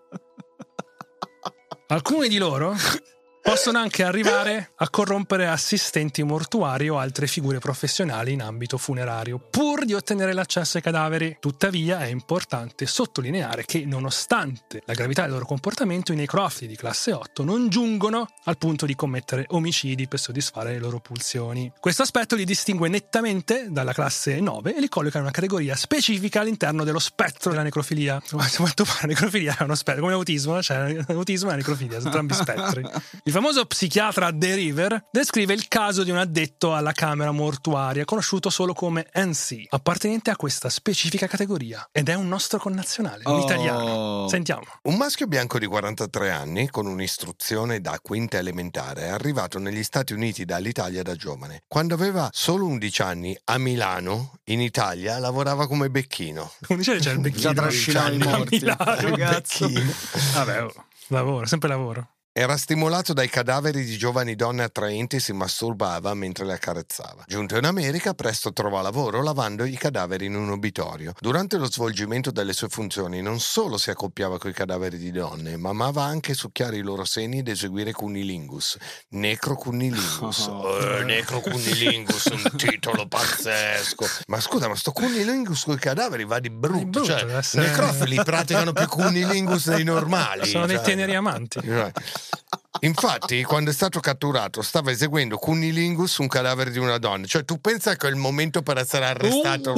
Alcuni di loro possono anche arrivare a corrompere assistenti mortuari o altre figure professionali in ambito funerario, pur di ottenere l'accesso ai cadaveri. Tuttavia è importante sottolineare che, nonostante la gravità del loro comportamento, i necrofili di classe 8 non giungono al punto di commettere omicidi per soddisfare le loro pulsioni. Questo aspetto li distingue nettamente dalla classe 9 e li colloca in una categoria specifica all'interno dello spettro della necrofilia. Quanto pare la necrofilia è uno spettro, come l'autismo, cioè l'autismo e la necrofilia sono entrambi spettri. Il famoso psichiatra De River descrive il caso di un addetto alla camera mortuaria conosciuto solo come NC, appartenente a questa specifica categoria, ed è un nostro connazionale, un italiano. Sentiamo. Un maschio bianco di 43 anni, con un'istruzione da quinta elementare, è arrivato negli Stati Uniti dall'Italia da giovane. Quando aveva solo 11 anni, a Milano, in Italia, lavorava come becchino. Come dicevi, c'è il becchino. Già trascinava i morti. Ragazzo. Becchino. Vabbè, lavoro, sempre lavoro. Era stimolato dai cadaveri di giovani donne attraenti e si masturbava mentre le accarezzava. Giunto in America, presto trovò lavoro lavando i cadaveri in un obitorio. Durante lo svolgimento delle sue funzioni non solo si accoppiava coi cadaveri di donne, ma amava anche succhiare i loro seni ed eseguire cunnilingus. Necrocunnilingus. Necrocunnilingus, un titolo pazzesco. Ma scusa, ma sto cunnilingus coi cadaveri va di brutto. brutto, Cioè, deve essere- necrofili praticano più cunnilingus dei normali. Sono dei cioè. teneri amanti. Infatti, quando è stato catturato, stava eseguendo cunnilingus su un cadavere di una donna. Cioè, tu pensa che è il momento per essere arrestato?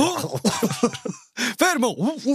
Fermo!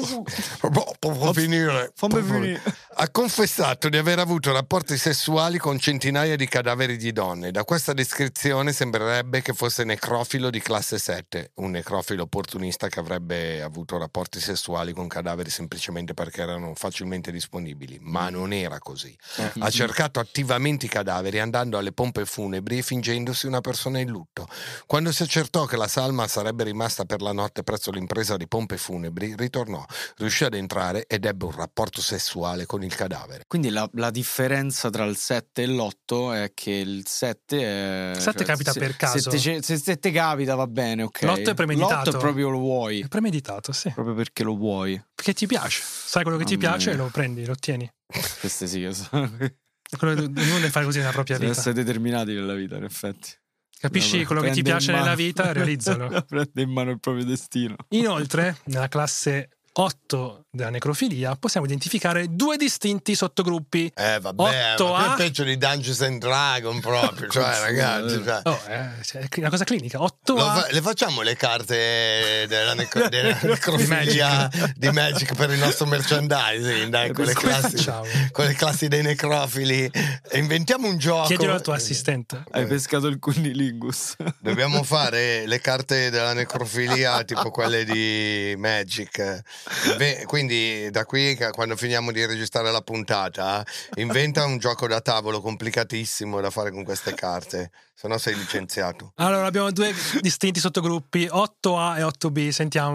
Può finire. Fammi finire. Ha confessato di aver avuto rapporti sessuali con centinaia di cadaveri di donne. Da questa descrizione sembrerebbe che fosse necrofilo di classe 7, un necrofilo opportunista che avrebbe avuto rapporti sessuali con cadaveri semplicemente perché erano facilmente disponibili, ma non era così. Ha cercato attivamente i cadaveri andando alle pompe funebri e fingendosi una persona in lutto. Quando si accertò che la salma sarebbe rimasta per la notte presso l'impresa di pompe funebri, ritornò, riuscì ad entrare ed ebbe un rapporto sessuale con il cadavere. Quindi la differenza tra il 7 e l'8 è che il 7 è... 7 capita per caso. Se 7 capita va bene, ok. L'8 è premeditato. L'8 è proprio lo vuoi. È premeditato, sì. Proprio perché lo vuoi. Perché ti piace. Sai quello che ti Mamma piace e mia. lo prendi, lo ottieni. Queste sì, Quello ognuno deve fare così nella propria deve vita. essere determinati nella vita, in effetti. Capisci quello che ti Prende piace in mano- nella vita e realizzalo. Prende in mano il proprio destino. Inoltre, nella classe 8 della necrofilia possiamo identificare due distinti sottogruppi. Vabbè, 8A. ma che peggio di Dungeons and Dragon proprio, cioè ragazzi, cioè. Cioè, è una cosa clinica. 8A. Le facciamo le carte della necrofilia di Magic per il nostro merchandising, dai, con le facciamo? classi dei necrofili. E inventiamo un gioco. Chiedilo al tuo assistente. Hai pescato il cunnilingus. Dobbiamo fare le carte della necrofilia tipo quelle di Magic. Quindi da qui, quando finiamo di registrare la puntata, inventa un gioco da tavolo complicatissimo da fare con queste carte, se no sei licenziato. Allora abbiamo due distinti sottogruppi, 8A e 8B, sentiamo.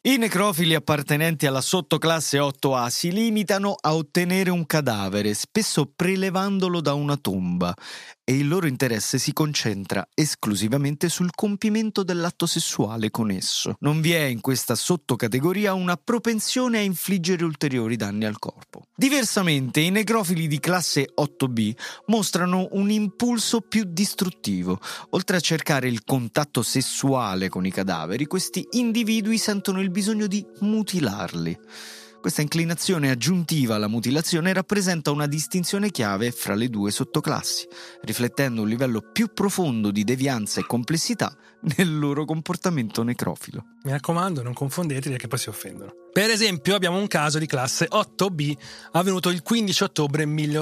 I necrofili appartenenti alla sottoclasse 8A si limitano a ottenere un cadavere, spesso prelevandolo da una tomba, e il loro interesse si concentra esclusivamente sul compimento dell'atto sessuale con esso. Non vi è in questa sottocategoria una propensione a infliggere ulteriori danni al corpo. Diversamente, i necrofili di classe 8B mostrano un impulso più distruttivo. Oltre a cercare il contatto sessuale con i cadaveri, questi individui sentono il bisogno di mutilarli. Questa inclinazione aggiuntiva alla mutilazione rappresenta una distinzione chiave fra le due sottoclassi, riflettendo un livello più profondo di devianza e complessità nel loro comportamento necrofilo. Mi raccomando, non confondeteli perché poi si offendono. Per esempio, abbiamo un caso di classe 8B avvenuto il 15 ottobre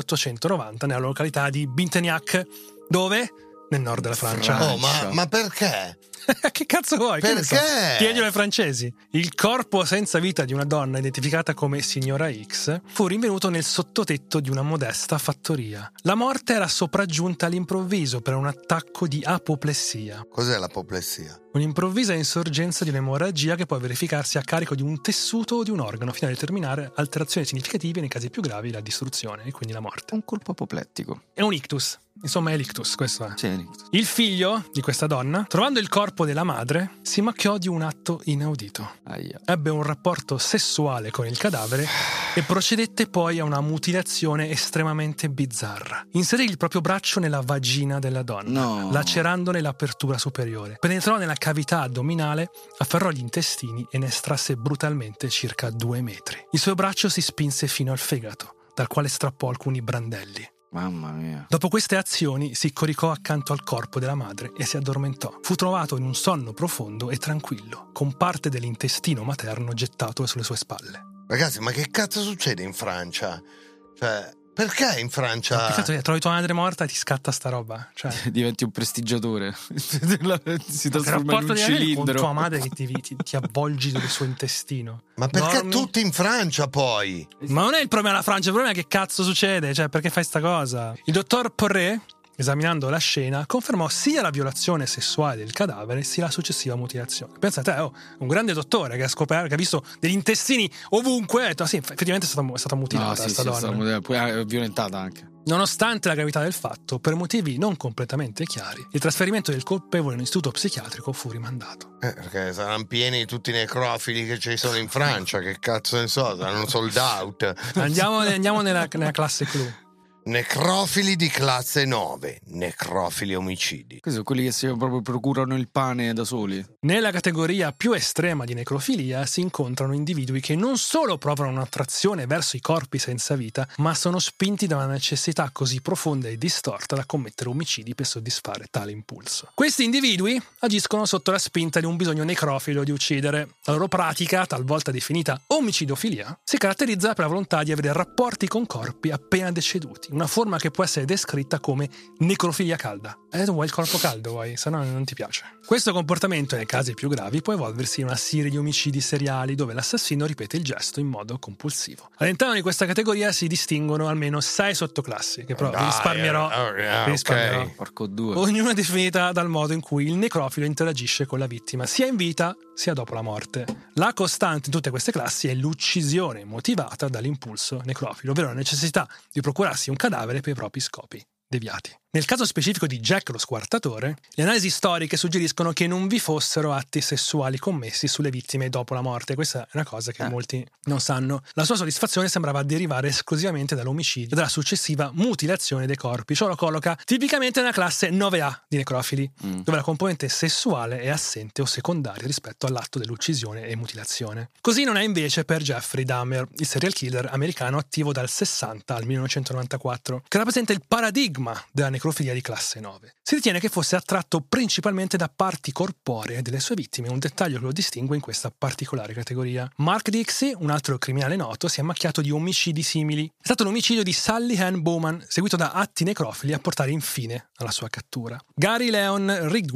1890 nella località di Bintegnac, dove? Nel nord della Francia. Oh, ma perché? Che cazzo vuoi? Che ne so? Perché? Chiedilo ai francesi. Il corpo senza vita di una donna identificata come Signora X fu rinvenuto nel sottotetto di una modesta fattoria. La morte era sopraggiunta all'improvviso per un attacco di apoplessia. Cos'è l'apoplessia? Un'improvvisa insorgenza di un'emorragia che può verificarsi a carico di un tessuto o di un organo fino a determinare alterazioni significative, nei casi più gravi la distruzione e quindi la morte. Un colpo apoplettico. È un ictus. Insomma, è l'ictus, questo è. Sì, è un ictus. Il figlio di questa donna, trovando il corpo della madre, si macchiò di un atto inaudito. Aia. Ebbe un rapporto sessuale con il cadavere e procedette poi a una mutilazione estremamente bizzarra. Inserì il proprio braccio nella vagina della donna, No. lacerandone l'apertura superiore. Penetrò nella cavità addominale, afferrò gli intestini e ne estrasse brutalmente circa 2 metri. Il suo braccio si spinse fino al fegato, dal quale strappò alcuni brandelli. Mamma mia. Dopo queste azioni si coricò accanto al corpo della madre e si addormentò. Fu trovato in un sonno profondo e tranquillo, con parte dell'intestino materno gettato sulle sue spalle. Ragazzi, ma che cazzo succede in Francia? Cioè, perché in Francia? Peccato, trovi tua madre morta e ti scatta sta roba. Cioè, Diventi un prestigiatore. Si il trasforma in rapporto un di avere con cilindro. tua madre che ti avvolgi del suo intestino. Ma perché Dormi? tutti in Francia poi? Ma non è il problema della Francia, il problema è che cazzo succede, cioè perché fai sta cosa? Il dottor Porré, esaminando la scena, confermò sia la violazione sessuale del cadavere sia la successiva mutilazione. Pensate, un grande dottore che ha scoperto, che ha visto degli intestini ovunque, ha detto, sì, effettivamente è stata mutilata questa donna. Poi è violentata anche. Nonostante la gravità del fatto, per motivi non completamente chiari, il trasferimento del colpevole in un istituto psichiatrico fu rimandato. Perché saranno pieni tutti i necrofili che ci sono in Francia, che cazzo ne so, saranno sold out. Andiamo nella classe clou. Necrofili di classe 9, necrofili omicidi. Questi sono quelli che si proprio procurano il pane da soli. Nella categoria più estrema di necrofilia si incontrano individui che non solo provano un'attrazione verso i corpi senza vita, ma sono spinti da una necessità così profonda e distorta da commettere omicidi per soddisfare tale impulso. Questi individui agiscono sotto la spinta di un bisogno necrofilo di uccidere. La loro pratica, talvolta definita omicidofilia, si caratterizza per la volontà di avere rapporti con corpi appena deceduti, una forma che può essere descritta come necrofilia calda. Tu vuoi il corpo caldo, vuoi, se no non ti piace. Questo comportamento, nei casi più gravi, può evolversi in una serie di omicidi seriali dove l'assassino ripete il gesto in modo compulsivo. All'interno di questa categoria si distinguono almeno 6 sottoclassi, che però vi risparmierò. Ok. Porco due. Ognuna è definita dal modo in cui il necrofilo interagisce con la vittima, sia in vita sia dopo la morte. La costante in tutte queste classi è l'uccisione motivata dall'impulso necrofilo, ovvero la necessità di procurarsi un cadavere per i propri scopi deviati. Nel caso specifico di Jack lo squartatore, le analisi storiche suggeriscono che non vi fossero atti sessuali commessi sulle vittime dopo la morte. Questa è una cosa che molti non sanno. La sua soddisfazione sembrava derivare esclusivamente dall'omicidio e dalla successiva mutilazione dei corpi. Ciò lo colloca tipicamente nella classe 9A di necrofili, dove la componente sessuale è assente o secondaria rispetto all'atto dell'uccisione e mutilazione. Così non è invece per Jeffrey Dahmer, il serial killer americano attivo dal 60 al 1994, che rappresenta il paradigma della necrofilia di classe 9. Si ritiene che fosse attratto principalmente da parti corporee delle sue vittime, un dettaglio che lo distingue in questa particolare categoria. Mark Dixie, un altro criminale noto, si è macchiato di omicidi simili. È stato l'omicidio di Sally Ann Bowman, seguito da atti necrofili a portare infine alla sua cattura. Gary Leon Ridgway,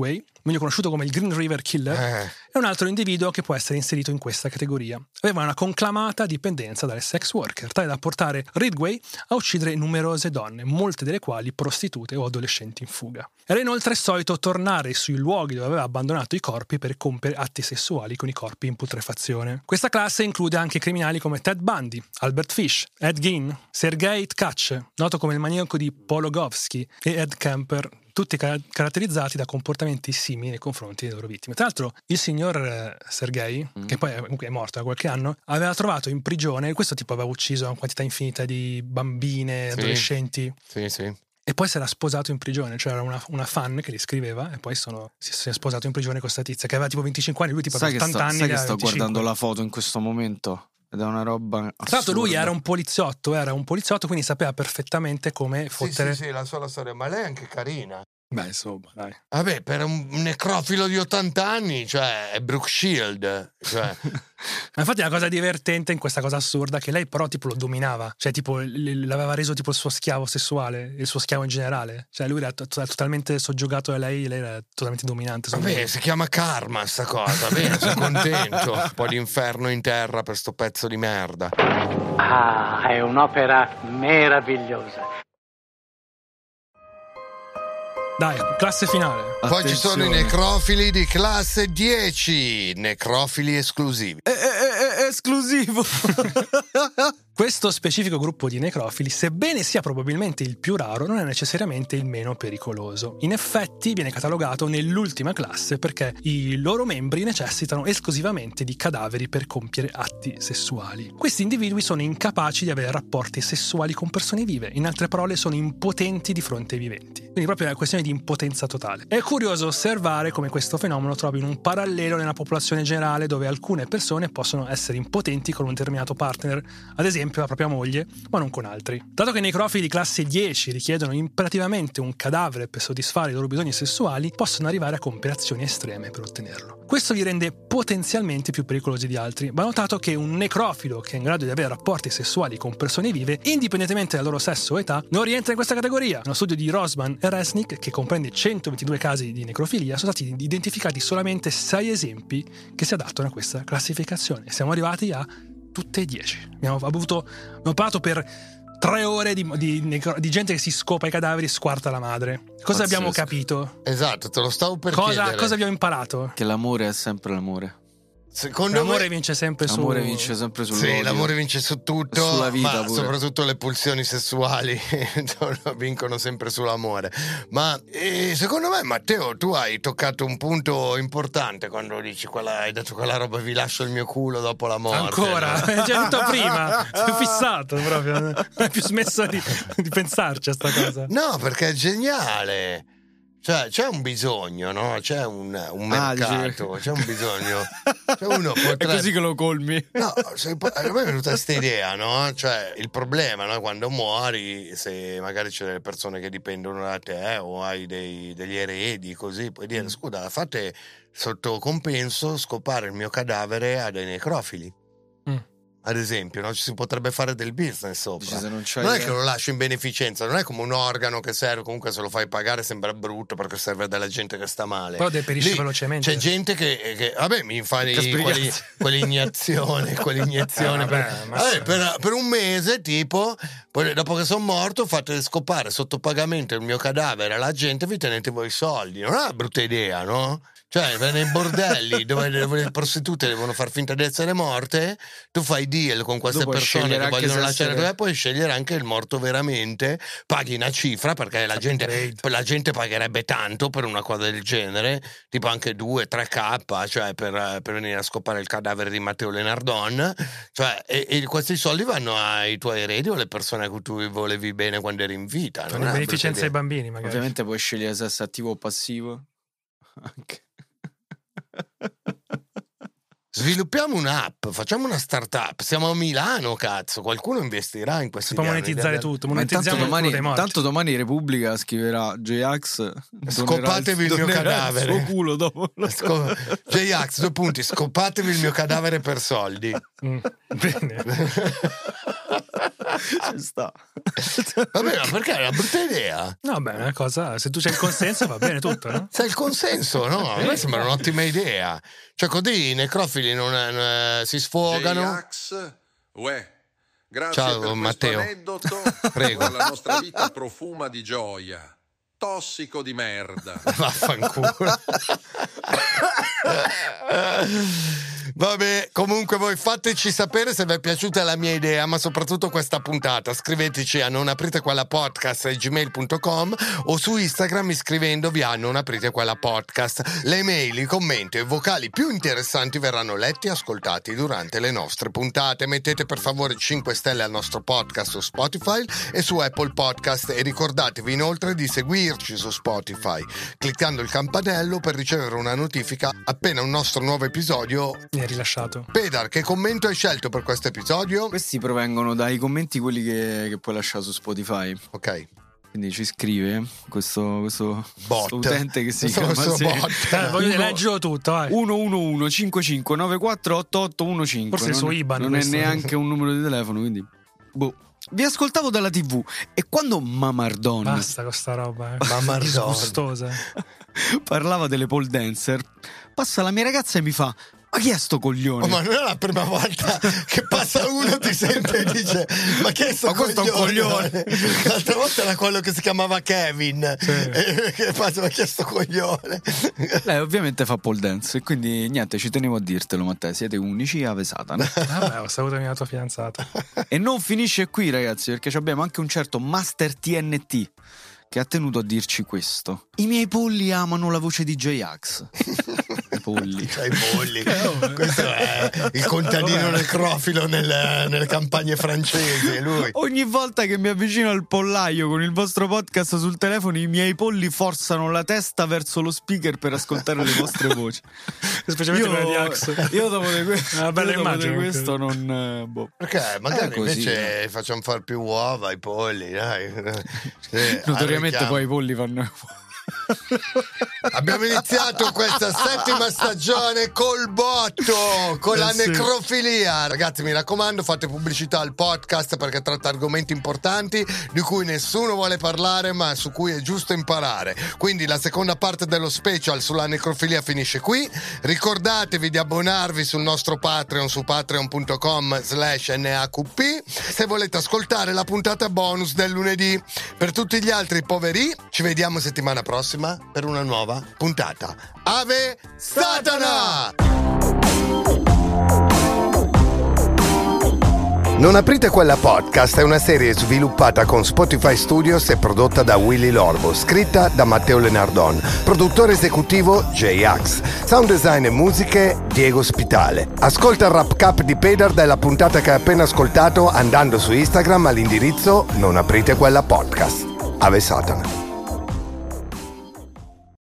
meglio conosciuto come il Green River Killer, è un altro individuo che può essere inserito in questa categoria. Aveva una conclamata dipendenza dalle sex worker, tale da portare Ridgway a uccidere numerose donne, molte delle quali prostitute o adolescenti in fuga. Era inoltre solito tornare sui luoghi dove aveva abbandonato i corpi per compiere atti sessuali con i corpi in putrefazione. Questa classe include anche criminali come Ted Bundy, Albert Fish, Ed Gein, Sergei Tkach, noto come il maniaco di Pologovsky, e Ed Kemper, tutti caratterizzati da comportamenti simili nei confronti delle loro vittime. Tra l'altro il signor Sergei, che poi comunque è morto da qualche anno, aveva trovato in prigione, questo tipo aveva ucciso una quantità infinita di bambine, adolescenti. Sì. E poi si era sposato in prigione, cioè era una fan che gli scriveva e poi si è sposato in prigione con questa tizia che aveva tipo 25 anni, lui tipo 80 anni. Sai che sto 25. guardando la foto in questo momento? Ed è una roba assurda. Tra l'altro lui era un poliziotto, quindi sapeva perfettamente come fottere. Sì, la sua storia, ma lei è anche carina. Beh, insomma, dai. Vabbè, per un necrofilo di 80 anni, cioè, è Brooke Shield, cioè. Ma infatti la cosa divertente in questa cosa assurda è che lei però tipo lo dominava, cioè tipo l'aveva reso tipo il suo schiavo sessuale, il suo schiavo in generale, cioè lui era totalmente soggiogato da lei era totalmente dominante. Vabbè, si chiama karma sta cosa, bene, sono contento. Un po' di inferno in terra per sto pezzo di merda. Ah, è un'opera meravigliosa. Dai, classe finale. Poi ci sono i necrofili di classe 10, necrofili esclusivi. Esclusivo. Questo specifico gruppo di necrofili, sebbene sia probabilmente il più raro, non è necessariamente il meno pericoloso. In effetti viene catalogato nell'ultima classe perché i loro membri necessitano esclusivamente di cadaveri per compiere atti sessuali. Questi individui sono incapaci di avere rapporti sessuali con persone vive, in altre parole sono impotenti di fronte ai viventi. Quindi proprio è una questione di impotenza totale. È curioso osservare come questo fenomeno trovi un parallelo nella popolazione generale, dove alcune persone possono essere impotenti con un determinato partner, ad esempio la propria moglie, ma non con altri. Dato che i necrofili di classe 10 richiedono imperativamente un cadavere per soddisfare i loro bisogni sessuali, possono arrivare a compiere azioni estreme per ottenerlo. Questo li rende potenzialmente più pericolosi di altri. Va notato che un necrofilo che è in grado di avere rapporti sessuali con persone vive, indipendentemente dal loro sesso o età, non rientra in questa categoria. Uno studio di Rosman e Resnick, che comprende 122 casi di necrofilia, sono stati identificati solamente 6 esempi che si adattano a questa classificazione. Siamo arrivati a tutte e 10. Abbiamo parlato per 3 ore di gente che si scopa i cadaveri e squarta la madre. Cosa abbiamo capito? Esatto, te lo stavo per chiedere. Cosa abbiamo imparato? Che l'amore è sempre l'amore. Secondo l'amore me vince sempre su. L'amore vince sempre sull'odio. Sì, l'amore vince su tutto, sulla vita ma pure. soprattutto le pulsioni sessuali vincono sempre sull'amore. Ma secondo me, Matteo, tu hai toccato un punto importante quando dici hai detto quella roba, vi lascio il mio culo dopo la morte. Ancora? No? Già detto prima, sono fissato proprio, non ho più smesso di pensarci a sta cosa. No, perché è geniale. Cioè, c'è un bisogno, no? C'è un mercato, c'è un bisogno. Cioè uno potrebbe... È così che lo colmi. No, a me è venuta questa idea, no? Cioè, il problema, no? Quando muori, se magari c'è delle persone che dipendono da te o hai degli eredi, così, puoi dire, scusa, fate sotto compenso scopare il mio cadavere a dei necrofili. Ad esempio, no? Ci si potrebbe fare del business sopra. Non è che lo lascio in beneficenza, non è come un organo che serve, comunque se lo fai pagare sembra brutto perché serve della gente che sta male. Però deperisce velocemente. C'è gente che vabbè, mi fa quell'iniezione per un mese, tipo, poi dopo che sono morto fate scopare sotto pagamento il mio cadavere alla gente, vi tenete voi i soldi. Non è una brutta idea, no? Cioè, nei bordelli dove le prostitute devono far finta di essere morte, tu fai deal con queste persone che vogliono lasciare te, puoi scegliere anche il morto veramente, paghi una cifra perché la gente pagherebbe tanto per una cosa del genere, tipo anche 2-3K, cioè per venire a scopare il cadavere di Matteo Lenardon, cioè, e questi soldi vanno ai tuoi eredi o alle persone a cui tu volevi bene quando eri in vita. Con le beneficenze ai bambini, magari. Ovviamente puoi scegliere se è attivo o passivo. Anche. Sviluppiamo un'app, facciamo una startup, siamo a Milano, cazzo, qualcuno investirà in questa idea. Si può monetizzare tutto, monetizziamo tanto domani Repubblica scriverà J-Ax scopatevi il mio cadavere, il suo culo dopo. J-Ax, 2 punti, scopatevi il mio cadavere per soldi. Bene. Ci sta. Vabbè, ma perché è una brutta idea? No, beh, è una cosa, se tu c'hai il consenso va bene tutto, no? C'è il consenso, no? A me sembra un'ottima idea. Cioè, così i necrofili non si sfogano. J-Ax, grazie Ciao, per Matteo. questo aneddoto. Prego. La nostra vita profuma di gioia. Tossico di merda. Vaffanculo. Vabbè, comunque voi fateci sapere se vi è piaciuta la mia idea, ma soprattutto questa puntata. Scriveteci a nonapritquellapodcast@gmail.com o su Instagram iscrivendovi a Non Aprite Quella Podcast. Le mail, i commenti e i vocali più interessanti verranno letti e ascoltati durante le nostre puntate. Mettete per favore 5 stelle al nostro podcast su Spotify e su Apple Podcast e ricordatevi inoltre di seguirci su Spotify cliccando il campanello per ricevere una notifica appena un nostro nuovo episodio Mi è rilasciato. Pedar, che commento hai scelto per questo episodio? Questi provengono dai commenti quelli che puoi lasciare su Spotify. Ok. Quindi ci scrive questo Bot. utente che si Questo chiama bot. Voglio leggere tutto, vai. 111 5594 8815. Forse il suo IBAN non è questo. neanche un numero di telefono, quindi boh. Vi ascoltavo dalla TV e quando Mamardon Basta con sta roba, Mamma disgustosa. parlava delle pole dancer, passa la mia ragazza e mi fa: ma chi è sto coglione? Oh, ma non è la prima volta che passa uno, ti sente e dice: ma che è sto Ma questo è un coglione. L'altra volta era quello che si chiamava Kevin. Che passa: ma che è sto coglione? Lei ovviamente fa pole dance e quindi niente, ci tenevo a dirtelo, Matteo, siete unici, ave Satana. Vabbè, salutami la tua fidanzata. E non finisce qui, ragazzi, perché abbiamo anche un certo Master TNT che ha tenuto a dirci questo: i miei polli amano la voce di J-Ax. I polli. Cioè, i polli. Questo è il contadino necrofilo nelle campagne francesi. Lui. Ogni volta che mi avvicino al pollaio con il vostro podcast sul telefono, i miei polli forzano la testa verso lo speaker per ascoltare le vostre voci. Specialmente quella di Ax. Io dopo di questo, Una bella immagine, questo non boh. Perché magari così, invece facciamo far più uova ai polli, dai. Sì, Notoriamente poi i polli fanno. Abbiamo iniziato questa 7ª stagione col botto, con la necrofilia. Ragazzi, mi raccomando, fate pubblicità al podcast perché tratta argomenti importanti di cui nessuno vuole parlare, ma su cui è giusto imparare. Quindi la seconda parte dello special sulla necrofilia finisce qui. Ricordatevi di abbonarvi sul nostro Patreon su patreon.com/NAQP se volete ascoltare la puntata bonus del lunedì. Per tutti gli altri poveri, ci vediamo settimana prossima per una nuova puntata. Ave Satana! Non Aprite Quella Podcast è una serie sviluppata con Spotify Studios e prodotta da Willy Lorbo, scritta da Matteo Lenardon, produttore esecutivo J-Ax, sound design e musiche Diego Spitale. Ascolta il rap cap di Pedar della puntata che hai appena ascoltato andando su Instagram all'indirizzo Non Aprite Quella Podcast. Ave Satana.